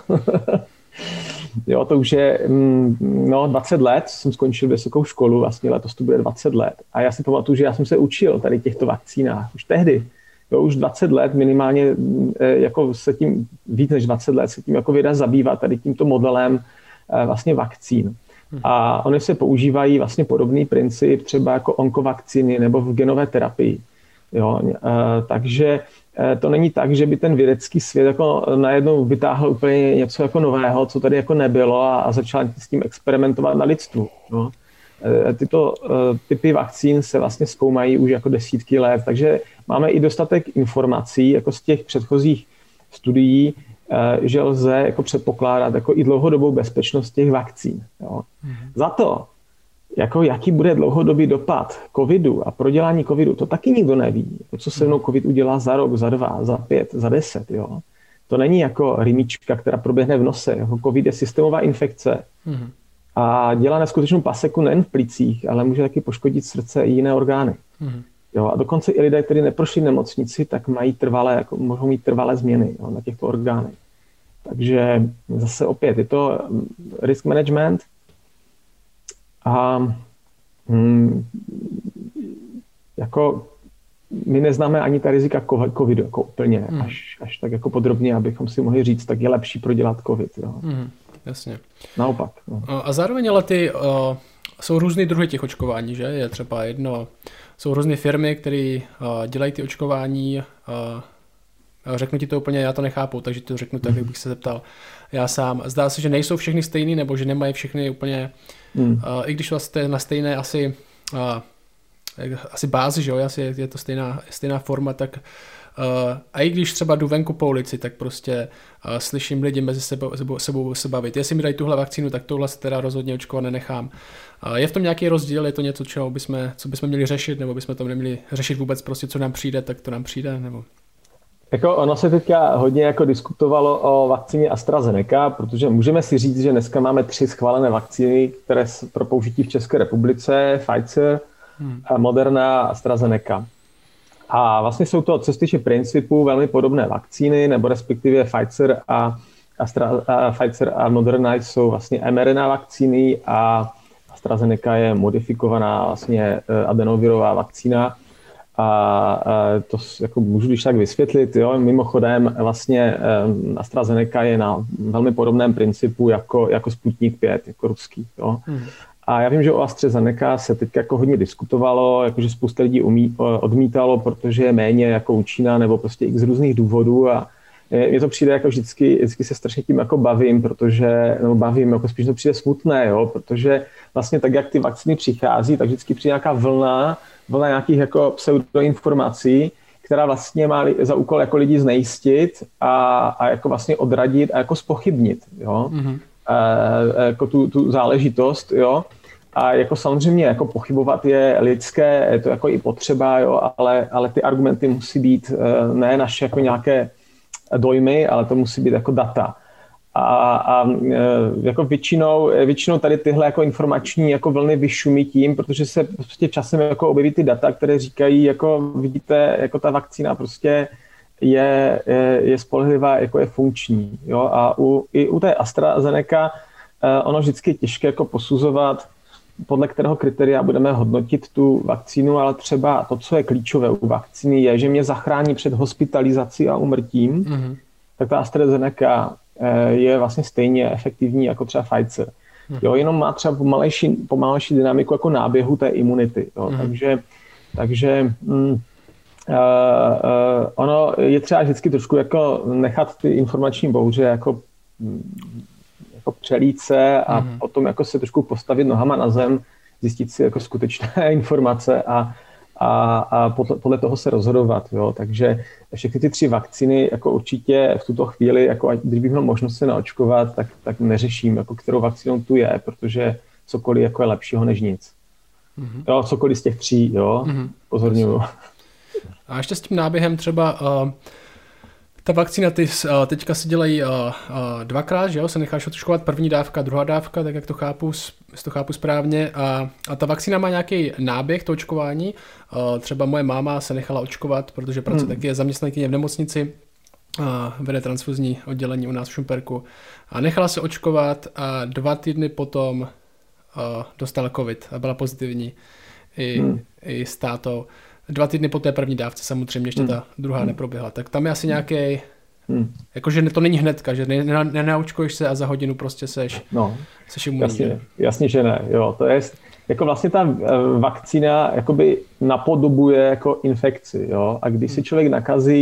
Jo, to už je 20 let, jsem skončil vysokou školu, vlastně letos to bude 20 let. A já si pamatuju, že já jsem se učil tady těchto vakcínách už tehdy. Jo, už 20 let minimálně, jako se tím, víc než 20 let se tím jako věda zabývá tady tímto modelem vlastně vakcín. A oni se používají vlastně podobný princip třeba jako onkovakcíny nebo v genové terapii. Jo, takže to není tak, že by ten vědecký svět jako najednou vytáhl úplně něco jako nového, co tady jako nebylo a začal s tím experimentovat na lidstvu. Jo. Tyto typy vakcín se vlastně zkoumají už jako desítky let, takže máme i dostatek informací jako z těch předchozích studií, že lze jako předpokládat jako i dlouhodobou bezpečnost těch vakcín. Jo. Za to, jako jaký bude dlouhodobý dopad covidu a prodělání covidu, to taky nikdo neví. To, co se mnou covid udělá za rok, za 2, za 5, za 10. Jo. To není jako rýmička, která proběhne v nose. Jako covid je systémová infekce a dělá neskutečnou paseku nejen v plicích, ale může taky poškodit srdce i jiné orgány. Jo, a dokonce i lidé, kteří neprošli nemocnici, tak mají mohou mít trvalé změny, jo, na těchto orgánech. Takže zase opět je to risk management a jako my neznáme ani ta rizika covidu jako úplně, až tak jako podrobně, abychom si mohli říct, tak je lepší prodělat covid. Jo. Jasně. Naopak. No. A zároveň ale jsou různé druhy těch očkování, že? Je třeba jsou různé firmy, které dělají ty očkování. Řeknu ti to úplně, já to nechápu, takže to řeknu tak, jak bych se zeptal já sám. Zdá se, že nejsou všechny stejný, nebo že nemají všechny úplně, i když vlastně na stejné asi bázi, že jo, asi je to stejná forma, tak a i když třeba jdu venku po ulici, tak prostě slyším lidi mezi sebou se bavit. Jestli mi dají tuhle vakcínu, tak tohle se teda rozhodně očkovat nenechám. Je v tom nějaký rozdíl? Je to něco, co bychom měli řešit, nebo bychom to neměli řešit vůbec, prostě co nám přijde, tak to nám přijde, nebo... Jako ono se teďka hodně jako diskutovalo o vakcíně AstraZeneca, protože můžeme si říct, že dneska máme 3 schválené vakcíny, které pro použití v České republice, Pfizer, Moderna a AstraZeneca. A vlastně jsou to, co se týče principu, velmi podobné vakcíny, nebo respektive Pfizer a Moderna jsou vlastně mRNA vakcíny a AstraZeneca je modifikovaná vlastně adenovirová vakcína. A to jako můžu když tak vysvětlit. Jo? Mimochodem vlastně AstraZeneca je na velmi podobném principu jako Sputnik 5, jako ruský. Jo? A já vím, že o AstraZeneca se teď jako hodně diskutovalo, jakože spousta lidí odmítalo, protože je méně jako účinná nebo prostě i z různých důvodů a mně to přijde jako vždycky se strašně tím jako bavím, jako spíš to přijde smutné, jo? Protože vlastně tak, jak ty vakcíny přichází, tak vždycky přijde nějaká vlna nějakých jako pseudoinformací, která vlastně má za úkol jako lidi znejistit a jako vlastně odradit a jako zpochybnit, jo? Jako tu záležitost, jo? A jako samozřejmě jako pochybovat je lidské, je to jako i potřeba, jo? Ale ty argumenty musí být ne naše jako nějaké dojmy, ale to musí být jako data. A jako většinou tady tyhle jako informační jako vlny vyšumí tím, protože se prostě časem jako objeví ty data, které říkají, jako vidíte, jako ta vakcína prostě je spolehlivá, jako je funkční. Jo? A i u té AstraZeneca ono vždycky je těžké jako posuzovat, podle kterého kritéria budeme hodnotit tu vakcínu, ale třeba to, co je klíčové u vakcíny, je, že mě zachrání před hospitalizací a úmrtím, tak ta AstraZeneca je vlastně stejně efektivní jako třeba Pfizer. Jo, jenom má třeba pomalejší dynamiku jako náběhu té imunity. Jo. Takže ono je třeba vždycky trošku jako nechat ty informační bouře jako jako přelít se a potom jako se trošku postavit nohama na zem, zjistit si jako skutečné informace a podle toho se rozhodovat. Jo? Takže všechny ty 3 vakcíny jako určitě v tuto chvíli, jako když bych měl možnost se naočkovat, tak neřeším, jako kterou vakcínou tu je, protože cokoliv jako je lepšího než nic. Jo, cokoliv z těch 3, jo, pozorňuju. A ještě s tím náběhem třeba ta vakcína, teďka se dělají 2krát, že jo, se necháš očkovat první dávka, druhá dávka, tak jak to chápu, správně. A ta vakcína má nějaký náběh, to očkování. Třeba moje máma se nechala očkovat, protože pracuje taky je zaměstnankyně v nemocnici, vede transfuzní oddělení u nás v Šumperku. A nechala se očkovat a 2 týdny potom dostala covid a byla pozitivní i s tátou. 2 týdny po té první dávce samozřejmě ještě ta druhá neproběhla. Tak tam je asi nějaký, jakože to není hnedka, že nenaočkuješ se a za hodinu prostě seš imunní. Jasně, že ne. Jo, to je, jako vlastně ta vakcína jakoby napodobuje jako infekci. Jo? A když si člověk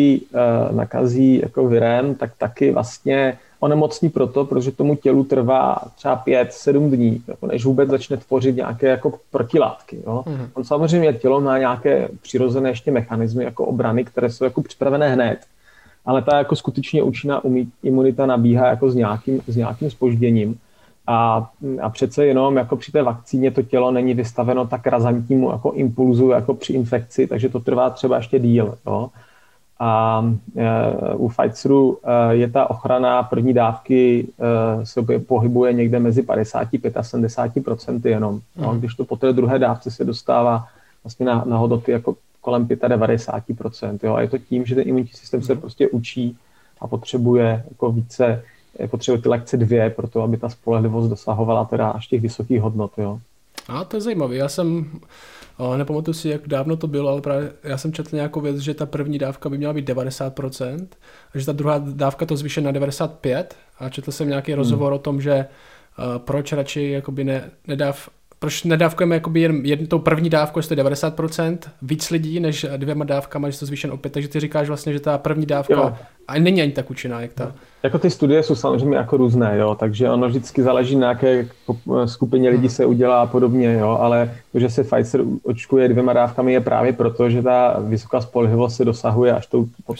nakazí jako virem, tak taky vlastně onemocní protože tomu tělu trvá třeba 5-7 dní, jako než vůbec začne tvořit nějaké jako protilátky. Jo? On samozřejmě tělo má nějaké přirozené ještě mechanismy jako obrany, které jsou jako připravené hned, ale ta jako skutečně účinná imunita nabíhá jako s nějakým zpožděním. A přece jenom jako při té vakcíně to tělo není vystaveno tak razantnímu jako impulzu jako při infekci, takže to trvá třeba ještě díl. Jo? A u Pfizeru je ta ochrana první dávky se pohybuje někde mezi 55 a 70% jenom. No, když to po té druhé dávce se dostává vlastně na hodnoty jako kolem 95%. Jo? A je to tím, že ten imunitní systém se prostě učí a potřebuje jako více, potřebuje ty lekce 2 pro to, aby ta spolehlivost dosahovala teda až těch vysokých hodnot. Jo? A to je zajímavé. Já jsem nepamatuji si, jak dávno to bylo, ale právě já jsem četl nějakou věc, že ta první dávka by měla být 90%, a že ta druhá dávka to zvýše na 95%, a četl jsem nějaký rozhovor o tom, že proč radši jakoby proč nedávkujeme jakoby jen tou první dávkou, jestli to je 90%, víc lidí než 2 dávkama, že to zvýšen opět, takže ty říkáš vlastně, že ta první dávka a není ani tak účinná, jak ta. Jako ty studie jsou samozřejmě jako různé, jo, takže ono vždycky záleží na jaké skupině lidí se udělá a podobně, jo, ale to, že se Pfizer očkuje 2 dávkami je právě proto, že ta vysoká spolehlivost se dosahuje až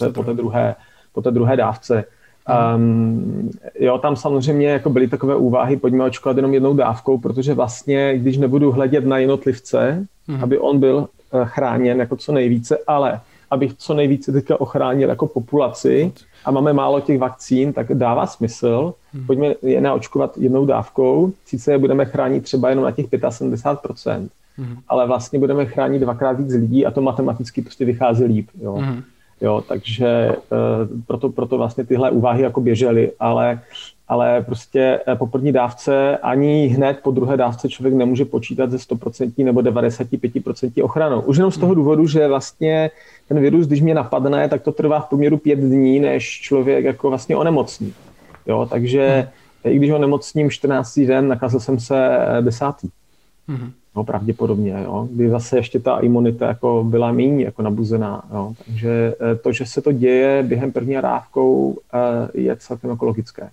po té druhé dávce. Jo, tam samozřejmě jako byly takové úvahy, pojďme očkovat jenom 1 dávkou, protože vlastně, když nebudu hledět na jednotlivce, aby on byl chráněn jako co nejvíce, ale abych co nejvíce teďka ochránil jako populaci a máme málo těch vakcín, tak dává smysl, pojďme je naočkovat 1 dávkou, sice je budeme chránit třeba jenom na těch 75%, ale vlastně budeme chránit 2krát víc lidí a to matematicky prostě vychází líp, jo. Jo, takže proto vlastně tyhle úvahy jako běžely, ale prostě po první dávce ani hned po druhé dávce člověk nemůže počítat ze 100% nebo 95% ochranou. Už jenom z toho důvodu, že vlastně ten virus, když mě napadne, tak to trvá v průměru 5 dní, než člověk jako vlastně onemocní. Jo, takže i když onemocním 14. den, nakazil jsem se 10. No, pravděpodobně, jo, kdy zase ještě ta imunita jako byla méně jako nabuzená. Jo. Takže to, že se to děje během první dávkou, je celkem jako logické.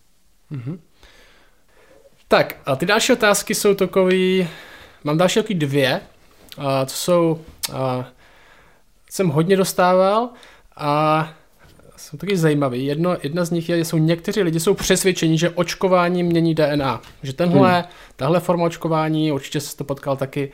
Tak a ty další otázky jsou takový, mám další takový 2, co jsou, jsem hodně dostával a jsou taky zajímavý. Jedna z nich jsou někteří lidi jsou přesvědčeni, že očkování mění DNA. Že tahle forma očkování, určitě jsi to potkal taky,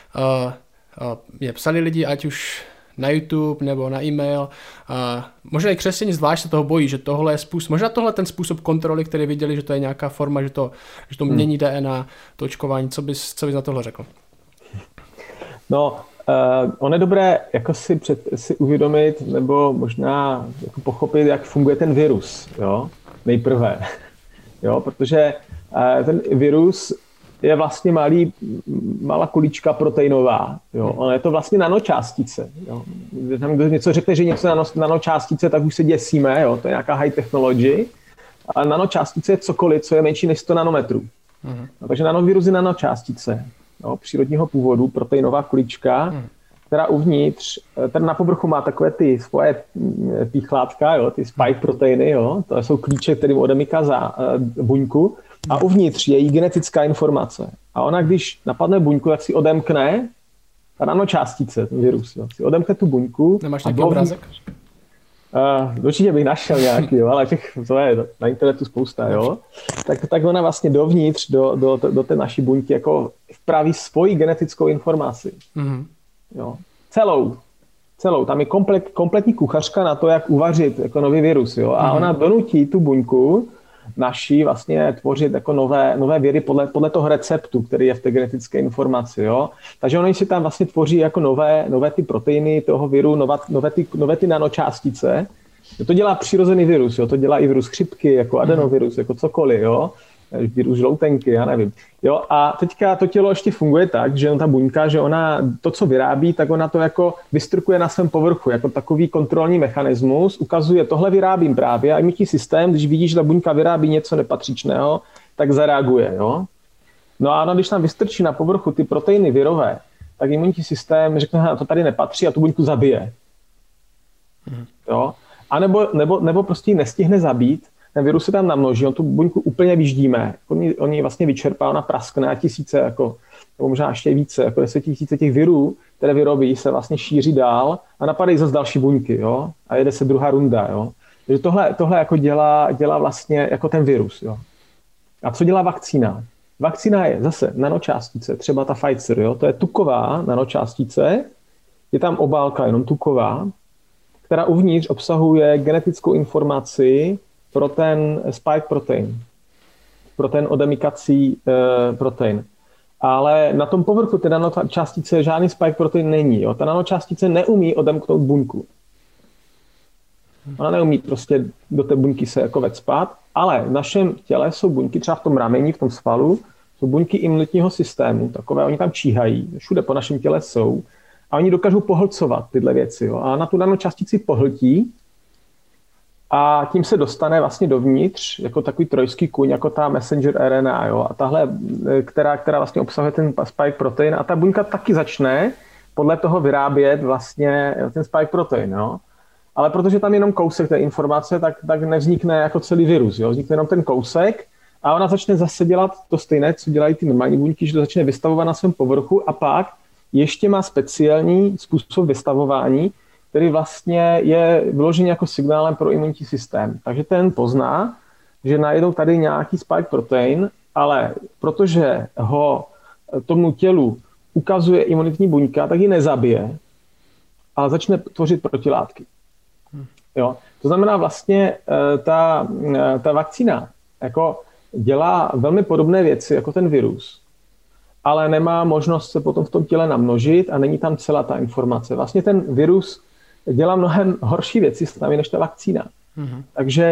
mě psali lidi, ať už na YouTube nebo na e-mail. Možná i křesťané zvlášť se toho bojí, že tohle je způsob, možná tohle ten způsob kontroly, který viděli, že to je nějaká forma, že to mění DNA, to očkování. Co bys na tohle řekl? No, on je dobré jako si uvědomit nebo možná jako pochopit, jak funguje ten virus, jo? Nejprve. Jo? Protože ten virus je vlastně malá kulička proteinová. Jo? Ono je to vlastně nanočástice. Jo? Tam kdo něco řekne, že něco nanočástice, tak už se děsíme, jo? To je nějaká high technology. Ale nanočástice je cokoliv, co je menší než 100 nanometrů. No, takže nanovirus je nanočástice. No, přírodního původu, proteinová kulička, která uvnitř, ten na povrchu má takové ty svoje píchlátka, jo, ty spike proteiny, jo, to jsou klíče, kterým odemyká za buňku, a uvnitř je její genetická informace. A ona, když napadne buňku, tak si odemkne ta nanočástice, ten virus, jo, si odemkne tu buňku. Nemáš nějaký obrázek? Určitě bych našel nějaký, jo, ale to je na internetu spousta, jo. Tak ona vlastně dovnitř, do té naší buňky, jako vpraví svoji genetickou informaci. Mm-hmm. Jo. Celou. Tam je kompletní kuchařka na to, jak uvařit jako nový virus, jo. A ona donutí tu buňku naší vlastně tvořit jako nové viry podle toho receptu, který je v té genetické informaci, jo. Takže oni si tam vlastně tvoří jako nové ty proteiny toho viru, nové ty nanočástice. To dělá přirozený virus, jo. To dělá i virus chřipky, jako adenovirus, jako cokoliv, jo. Virus žloutenky, já nevím. Jo, a teďka to tělo ještě funguje tak, že ta buňka, že ona to, co vyrábí, tak ona to jako vystrkuje na svém povrchu, jako takový kontrolní mechanismus, ukazuje, tohle vyrábím právě, a imunitní systém, když vidí, že ta buňka vyrábí něco nepatřičného, tak zareaguje, jo. No a ona, když tam vystrčí na povrchu ty proteiny virové, tak imunitní systém řekne, to tady nepatří a tu buňku zabije. Jo. A nebo prostě ji nestihne zabít, ten virus se tam namnoží, on tu buňku úplně vyždíme, on ji vlastně vyčerpá, ona praskne a tisíce, jako, nebo možná ještě více, jako 10 000 těch virů, které vyrobí, se vlastně šíří dál a napadají zase další buňky, jo, a jede se druhá runda, jo. Takže tohle jako dělá vlastně jako ten virus, jo. A co dělá vakcína? Vakcína je zase nanočástice, třeba ta Pfizer, jo, to je tuková nanočástice, je tam obálka jenom tuková, která uvnitř obsahuje genetickou informaci pro ten spike protein, pro ten odemykací protein. Ale na tom povrchu té nanočástice žádný spike protein není. Jo? Ta nanočástice neumí odemknout buňku. Ona neumí prostě do té buňky se jako vecpat, ale v našem těle jsou buňky, třeba v tom rameni, v tom svalu, jsou buňky imunitního systému, takové, oni tam číhají, všude po našem těle jsou, a oni dokážou pohlcovat tyhle věci. Jo? A na tu nanočástici pohltí, a tím se dostane vlastně dovnitř jako takový trojský kůň, jako ta messenger RNA, jo? A tahle, která vlastně obsahuje ten spike protein, a ta buňka taky začne podle toho vyrábět vlastně ten spike protein, jo? Ale protože tam je jenom kousek té informace, tak nevznikne jako celý virus, jo? Vznikne jenom ten kousek a ona začne zase dělat to stejné, co dělají ty normální buňky, že to začne vystavovat na svém povrchu a pak ještě má speciální způsob vystavování, který vlastně je vyložený jako signálem pro imunitní systém. Takže ten pozná, že najednou tady nějaký spike protein, ale protože ho tomu tělu ukazuje imunitní buňka, tak ji nezabije, ale začne tvořit protilátky. Jo? To znamená vlastně ta vakcína jako dělá velmi podobné věci jako ten virus, ale nemá možnost se potom v tom těle namnožit a není tam celá ta informace. Vlastně ten virus dělá mnohem horší věci s námi než ta vakcína. Mm-hmm.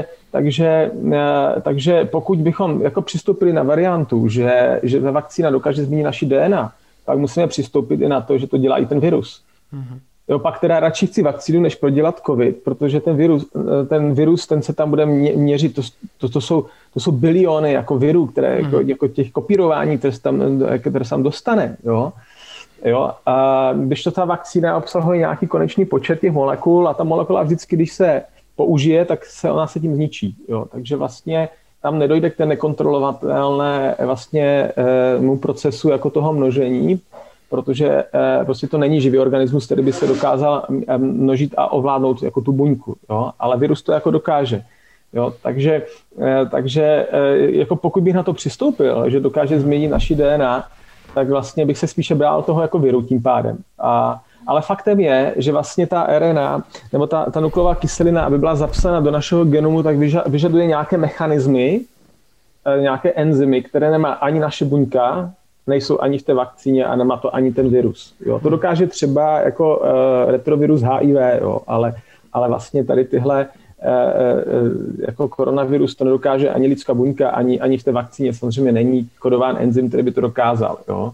Takže pokud bychom jako přistoupili na variantu, že ta vakcína dokáže změnit naši DNA, tak musíme přistoupit i na to, že to dělá i ten virus. Mm-hmm. Jo, pak teda radši chci vakcínu, než prodělat covid, protože ten virus, ten se tam bude měřit, to jsou biliony jako virů, které jako těch kopírování, které se tam dostane, jo. Jo, a když to ta vakcína obsahuje nějaký konečný počet těch molekul a ta molekula vždycky, když se použije, tak ona se tím zničí. Jo. Takže vlastně tam nedojde k té nekontrolovatelné vlastně procesu jako toho množení, protože prostě to není živý organismus, který by se dokázal množit a ovládnout jako tu buňku. Jo. Ale virus to jako dokáže. Jo. Takže jako pokud bych na to přistoupil, že dokáže změnit naši DNA, tak vlastně bych se spíše bral toho jako viru tím pádem. Ale faktem je, že vlastně ta RNA nebo ta nukleová kyselina, aby byla zapsána do našeho genomu, tak vyžaduje nějaké mechanismy, nějaké enzymy, které nemá ani naše buňka, nejsou ani v té vakcíně a nemá to ani ten virus. Jo. To dokáže třeba jako retrovirus HIV, jo, ale vlastně tady tyhle jako koronavirus to nedokáže ani lidská buňka, ani v té vakcíně. Samozřejmě není kodován enzym, který by to dokázal. Jo?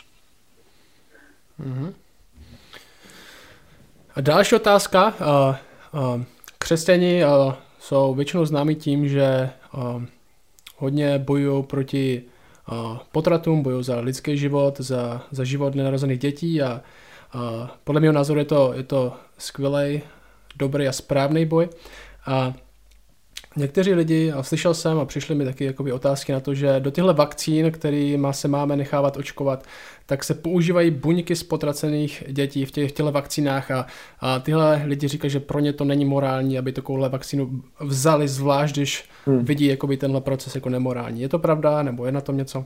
Mm-hmm. A další otázka. Křesťani jsou většinou známí tím, že hodně bojují proti potratům, bojují za lidský život, za život nenarozených dětí a Podle mého názoru je to skvělý, dobrý a správný boj. A někteří lidi, a slyšel jsem a přišly mi taky jakoby otázky na to, že do těchto vakcín, kterými se máme nechávat očkovat, tak se používají buňky z potracených dětí v těchto vakcínách a tyhle lidi říkají, že pro ně to není morální, aby takovouhle vakcínu vzali, zvlášť když vidí jakoby tenhle proces jako nemorální. Je to pravda, nebo je na tom něco?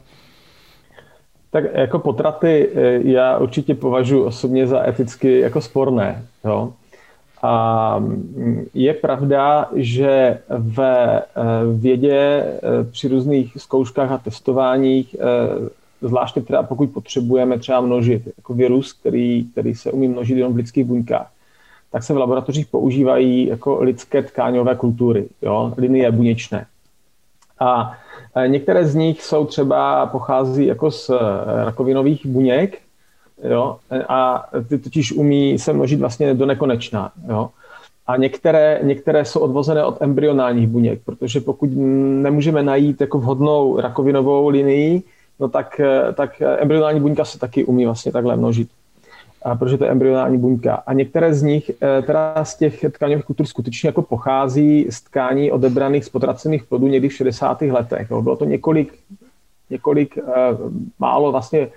Tak jako potraty já určitě považuji osobně za eticky jako sporné, jo. A je pravda, že ve vědě při různých zkouškách a testováních, zvláště teda pokud potřebujeme třeba množit jako virus, který se umí množit jenom v lidských buňkách, tak se v laboratořích používají jako lidské tkáňové kultury, jo, linie buněčné. A některé z nich pochází jako z rakovinových buněk, jo, a ty totiž umí se množit vlastně do nekonečna, jo. A některé jsou odvozené od embryonálních buněk, protože pokud nemůžeme najít jako vhodnou rakovinovou linii, no tak embryonální buňka se taky umí vlastně takhle množit, protože to je embryonální buňka. A některé z nich teda z těch tkáňových kultur skutečně jako pochází z tkání odebraných z potracených plodů někdy v 60. letech. Jo. Bylo to několik málo vlastně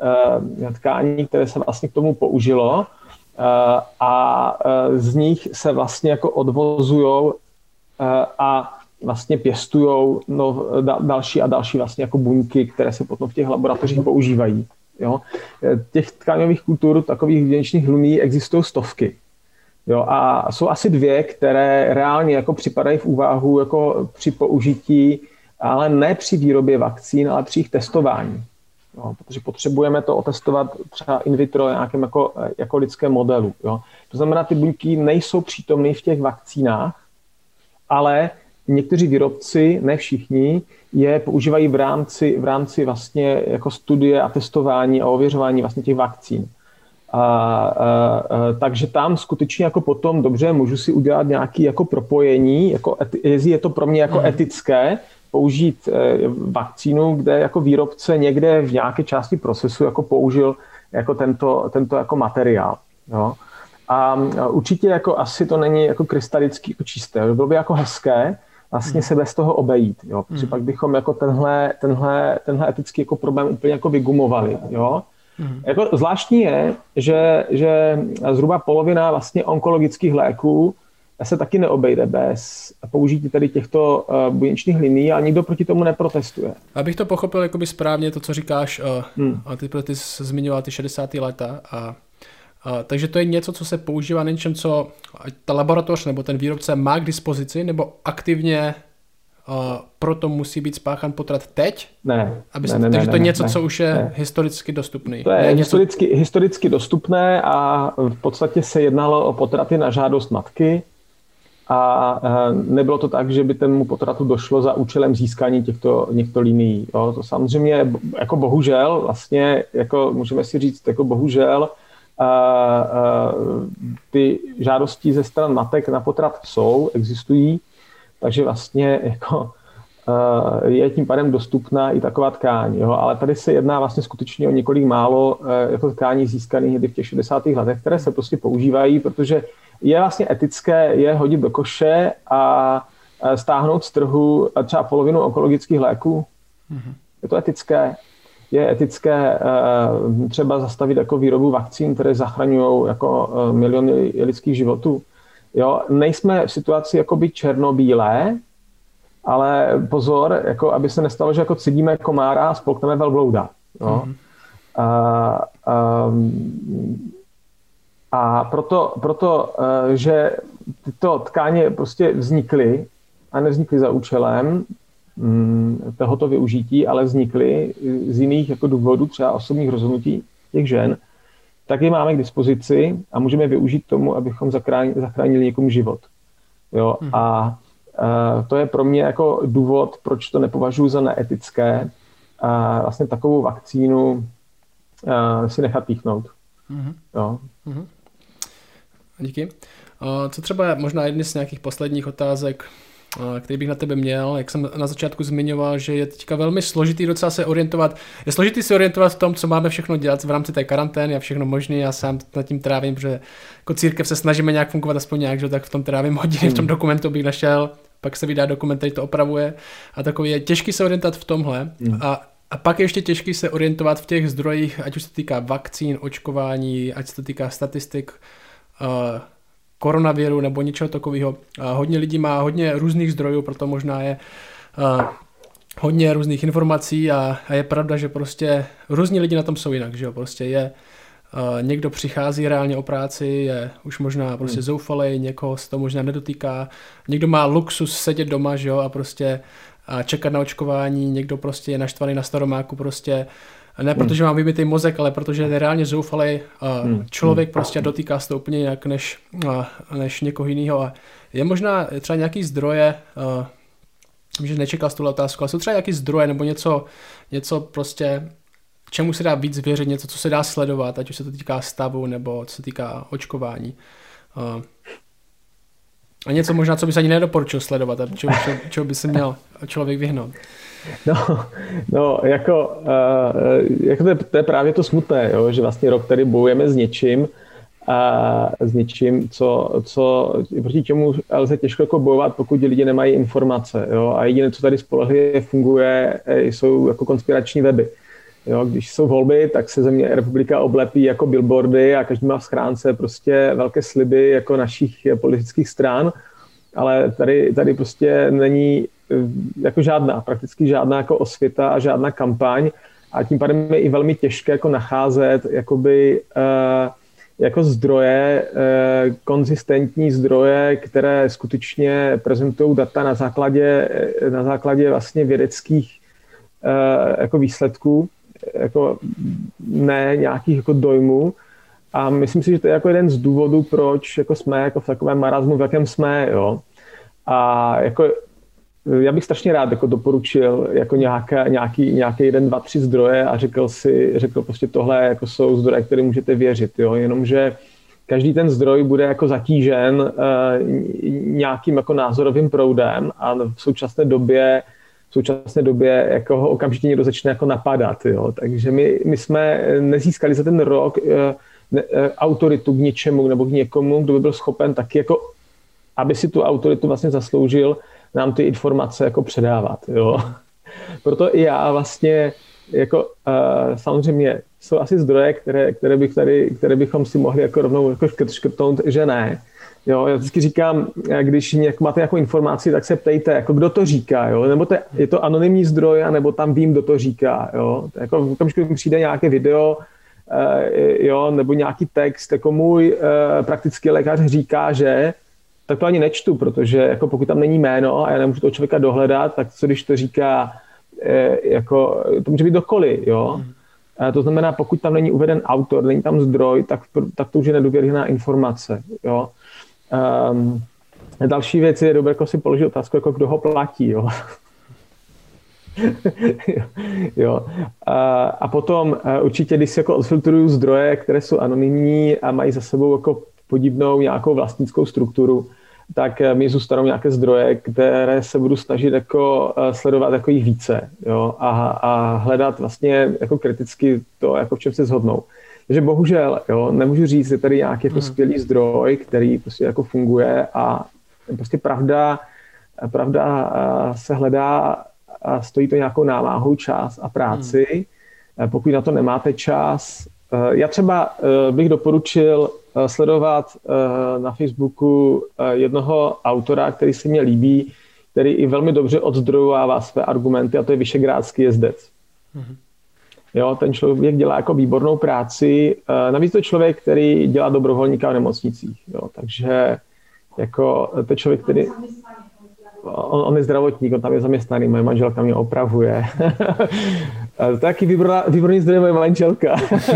tkání, které se vlastně k tomu použilo a z nich se vlastně jako odvozujou a vlastně pěstujou další a další vlastně jako buňky, které se potom v těch laboratořích používají. Jo? Těch tkáňových kultur, takových buněčných liní existují stovky. Jo? A jsou asi dvě, které reálně jako připadají v úvahu jako při použití, ale ne při výrobě vakcín, ale při jejich testování. Jo, protože potřebujeme to otestovat třeba in vitro nějakém jako lidském modelu. Jo. To znamená, ty buňky nejsou přítomny v těch vakcínách, ale někteří výrobci, ne všichni, je používají v rámci vlastně jako studie a testování a ověřování vlastně těch vakcín. Takže tam skutečně jako potom dobře můžu si udělat nějaké jako propojení, jestli je to pro mě jako etické, použít vakcínu, kde jako výrobce někde v nějaké části procesu jako použil jako tento jako materiál. Jo. A určitě jako asi to není jako krystalicky jako čisté. Bylo by jako hezké vlastně se bez toho obejít. Jo. Protože pak bychom jako tenhle etický jako problém úplně jako vygumovali. Jo. Jako zvláštní je, že zhruba polovina vlastně onkologických léků se taky neobejde bez použití tady těchto buněčných linií a nikdo proti tomu neprotestuje. Abych to pochopil jakoby správně, to, co říkáš, a ty jsi zmiňoval ty 60. léta, takže to je něco, co se používá na něčem, co ta laboratoř nebo ten výrobce má k dispozici, nebo aktivně proto musí být spáchan potrat teď? Ne. Takže to je něco, co už je historicky dostupné. To je historicky dostupné a v podstatě se jednalo o potraty na žádost matky. A nebylo to tak, že by tomu potratu došlo za účelem získání těchto linií. Jo. To samozřejmě jako bohužel, vlastně jako můžeme si říct, jako bohužel ty žádosti ze stran matek na potrat existují, takže vlastně jako je tím pádem dostupná i taková tkáň. Jo. Ale tady se jedná vlastně skutečně o několik málo jako tkání získaných někdy v těch 60. letech, které se prostě používají, protože je vlastně etické je hodit do koše a stáhnout z trhu třeba polovinu onkologických léků. Je to etické. Je etické třeba zastavit jako výrobu vakcín, které zachraňují jako miliony lidských životů. Jo, nejsme v situaci jakoby černobílé, ale pozor, jako aby se nestalo, že jako cedíme komára a spolkneme velblouda. Jo. A proto, že tyto tkáně prostě vznikly a nevznikly za účelem tohoto využití, ale vznikly z jiných jako důvodů, třeba osobních rozhodnutí těch žen, tak je máme k dispozici a můžeme využít tomu, abychom zachránili někomu život. Jo? A to je pro mě jako důvod, proč to nepovažuji za neetické a vlastně takovou vakcínu si nechat píchnout. Jo? Díky. Co třeba možná jedny z nějakých posledních otázek, který bych na tebe měl. Jak jsem na začátku zmiňoval, že je teďka velmi složitý docela se orientovat. Je složitý se orientovat v tom, co máme všechno dělat v rámci té karantény a všechno možné. Já sám nad tím trávím, protože jako církev se snažíme nějak fungovat aspoň nějak, že tak v tom trávím hodiny, v tom dokumentu bych našel, pak se vydá dokument, který to opravuje a takový je těžký se orientovat v tomhle. A pak je ještě těžký se orientovat v těch zdrojích, ať už se to týká vakcín, očkování, ať se to týká statistik, koronaviru nebo něčeho takového. Hodně lidí má hodně různých zdrojů, proto možná je hodně různých informací a je pravda, že prostě různí lidi na tom jsou jinak, že jo, prostě je někdo přichází reálně o práci, je už možná prostě zoufalej, někoho se to možná nedotýká, někdo má luxus sedět doma, že jo, a prostě čekat na očkování, někdo prostě je naštvaný na Staromáku, prostě ne protože mám vybitý mozek, ale protože je reálně zoufalej člověk prostě dotýká se to úplně jinak než někoho jiného. A je možná třeba nějaký zdroje, že nečekal jsi tuhle otázku, ale jsou třeba nějaký zdroje nebo něco prostě, čemu se dá víc věřit, něco, co se dá sledovat, ať už se to týká stavu nebo co se týká očkování. A něco možná, co bys ani nedoporučil sledovat a čeho by se měl člověk vyhnout. No jako to je právě to smutné, jo, že vlastně rok tady bojujeme s něčím, co proti čemu lze těžko jako bojovat, pokud lidi nemají informace. Jo, a jediné, co tady spolehlivě funguje, jsou jako konspirační weby. Jo, když jsou volby, tak se země republika oblepí jako billboardy a každý má v schránce prostě velké sliby jako našich politických stran, ale tady prostě není jako prakticky žádná jako osvěta a žádná kampaň a tím pádem je i velmi těžké jako nacházet jakoby jako zdroje, konzistentní zdroje, které skutečně prezentují data na základě vlastně vědeckých jako výsledků, jako ne nějakých jako dojmů. A myslím si, že to je jako jeden z důvodů, proč jako jsme jako v takovém marazmu, v jakém jsme, jo. A jako já bych strašně rád jako doporučil jako nějaký 1, 2, 3 zdroje a řekl prostě tohle jako jsou zdroje, které můžete věřit, jo. Jenomže každý ten zdroj bude jako zatížen nějakým jako názorovým proudem a v současné době jako ho okamžitě někdo začne jako napadat, jo. Takže my jsme nezískali za ten rok autoritu k něčemu nebo k někomu, kdo by byl schopen taky jako, aby si tu autoritu vlastně zasloužil, nám ty informace jako předávat, jo. Proto i já vlastně jako samozřejmě jsou asi zdroje, které bychom si mohli jako rovnou jako škrtnout, že ne. Jo, já vždycky říkám, když máte nějakou informaci, tak se ptejte, jako kdo to říká, jo, nebo je to anonymní zdroj, nebo tam vím, kdo to říká, jo. Jako v okamžiku, když přijde nějaké video, jo, nebo nějaký text, jako můj praktický lékař říká, že, tak to ani nečtu, protože jako pokud tam není jméno a já nemůžu toho člověka dohledat, tak co když to říká, jako to může být kdokoliv, jo. To znamená, pokud tam není uveden autor, není tam zdroj, tak to už je nedůvěryhodná informace, jo. Další věc je dobré jako si položit otázku, jako kdo ho platí, jo. Jo. A potom určitě, když si jako odfiltruju zdroje, které jsou anonymní a mají za sebou jako podivnou nějakou vlastnickou strukturu, tak mi zůstanou nějaké zdroje, které se budu snažit jako sledovat jako jich více, jo, a hledat vlastně jako kriticky to, jako v čem se shodnou. Takže bohužel, jo, nemůžu říct, je tady nějaký jako skvělý zdroj, který prostě jako funguje a prostě pravda se hledá a stojí to nějakou námahu, čas a práci. Pokud na to nemáte čas, já třeba bych doporučil sledovat na Facebooku jednoho autora, který se mně líbí, který i velmi dobře odzdrojovává své argumenty, a to je Vyšegrádský jezdec. Jo, ten člověk dělá jako výbornou práci. Navíc to je člověk, který dělá dobrovolníka v nemocnicích. Jo, takže jako to je člověk, který... On je zdravotník, on tam je zaměstnaný, moje manželka mě opravuje. To je taky výborný zdroj moje manželka.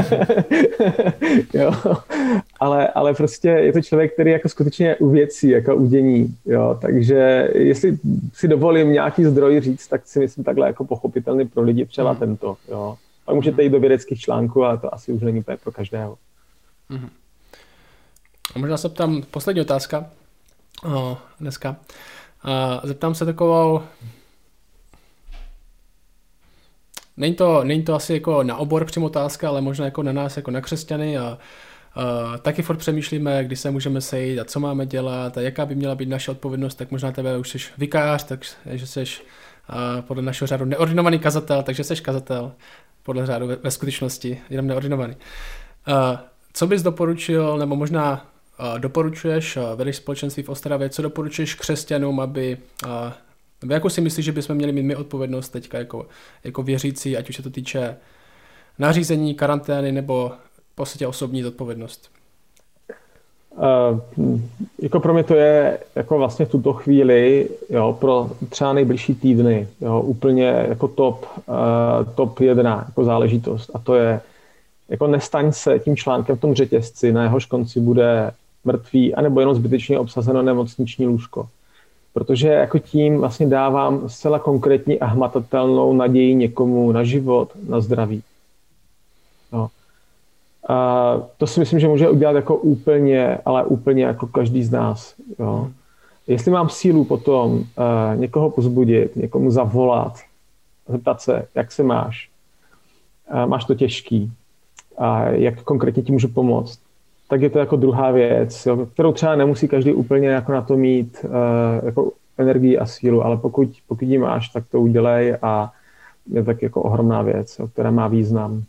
Jo. Ale prostě je to člověk, který jako skutečně u věcí, jako u dění. Jo. Takže jestli si dovolím nějaký zdroj říct, tak si myslím takhle jako pochopitelný pro lidi, třeba tento. Jo. Pak můžete jít do vědeckých článků, ale to asi už není pro každého. A možná se ptám, poslední otázka dneska. A zeptám se takovou, není to asi jako na obor přímo otázka, ale možná jako na nás, jako na křesťany a taky furt přemýšlíme, kdy se můžeme sejít a co máme dělat a jaká by měla být naše odpovědnost, tak možná tebe už jsi vikář, takže jsi podle našeho řádu neordinovaný kazatel, takže jsi kazatel podle řádu ve skutečnosti, jenom neordinovaný. Co bys doporučil, nebo možná doporučuješ, vedeš společenství v Ostravě, co doporučuješ křesťanům, nebo jakou si myslíš, že bychom měli mít my odpovědnost teďka jako věřící, ať už se to týče nařízení, karantény nebo v podstatě osobní zodpovědnost? Jako pro mě to je jako vlastně v tuto chvíli, jo, pro třeba nejbližší týdny, jo, úplně jako top 1 jako záležitost. A to je, jako nestaň se tím článkem v tom řetězci, na jehož konci bude mrtvý, anebo jenom zbytečně obsazeno nemocniční lůžko. Protože jako tím vlastně dávám zcela konkrétní a hmatatelnou naději někomu na život, na zdraví. Jo. A to si myslím, že může udělat jako úplně, ale úplně jako každý z nás. Jo. Jestli mám sílu potom někoho povzbudit, někomu zavolat, zeptat se, jak se máš, máš to těžký a jak konkrétně ti můžu pomoct, tak je to jako druhá věc, jo, kterou třeba nemusí každý úplně jako na to mít jako energii a sílu, ale pokud ji máš, tak to udělej a je tak jako ohromná věc, jo, která má význam.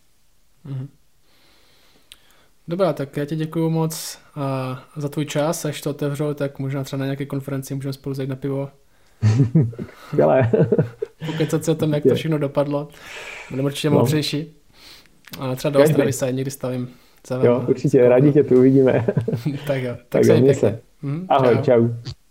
Dobrá, tak já ti děkuju moc za tvůj čas, až to otevřou, tak možná třeba na nějaké konferenci můžeme spolu zajít na pivo. Skvělé. Pokecat se o tom, jak to všechno dopadlo. Budeme určitě moudřejší. A třeba do Ostravy se někdy stavím. Jo, určitě, rádi tě tu uvidíme. Tak jo, tak se měj pěkně. Ahoj, čau.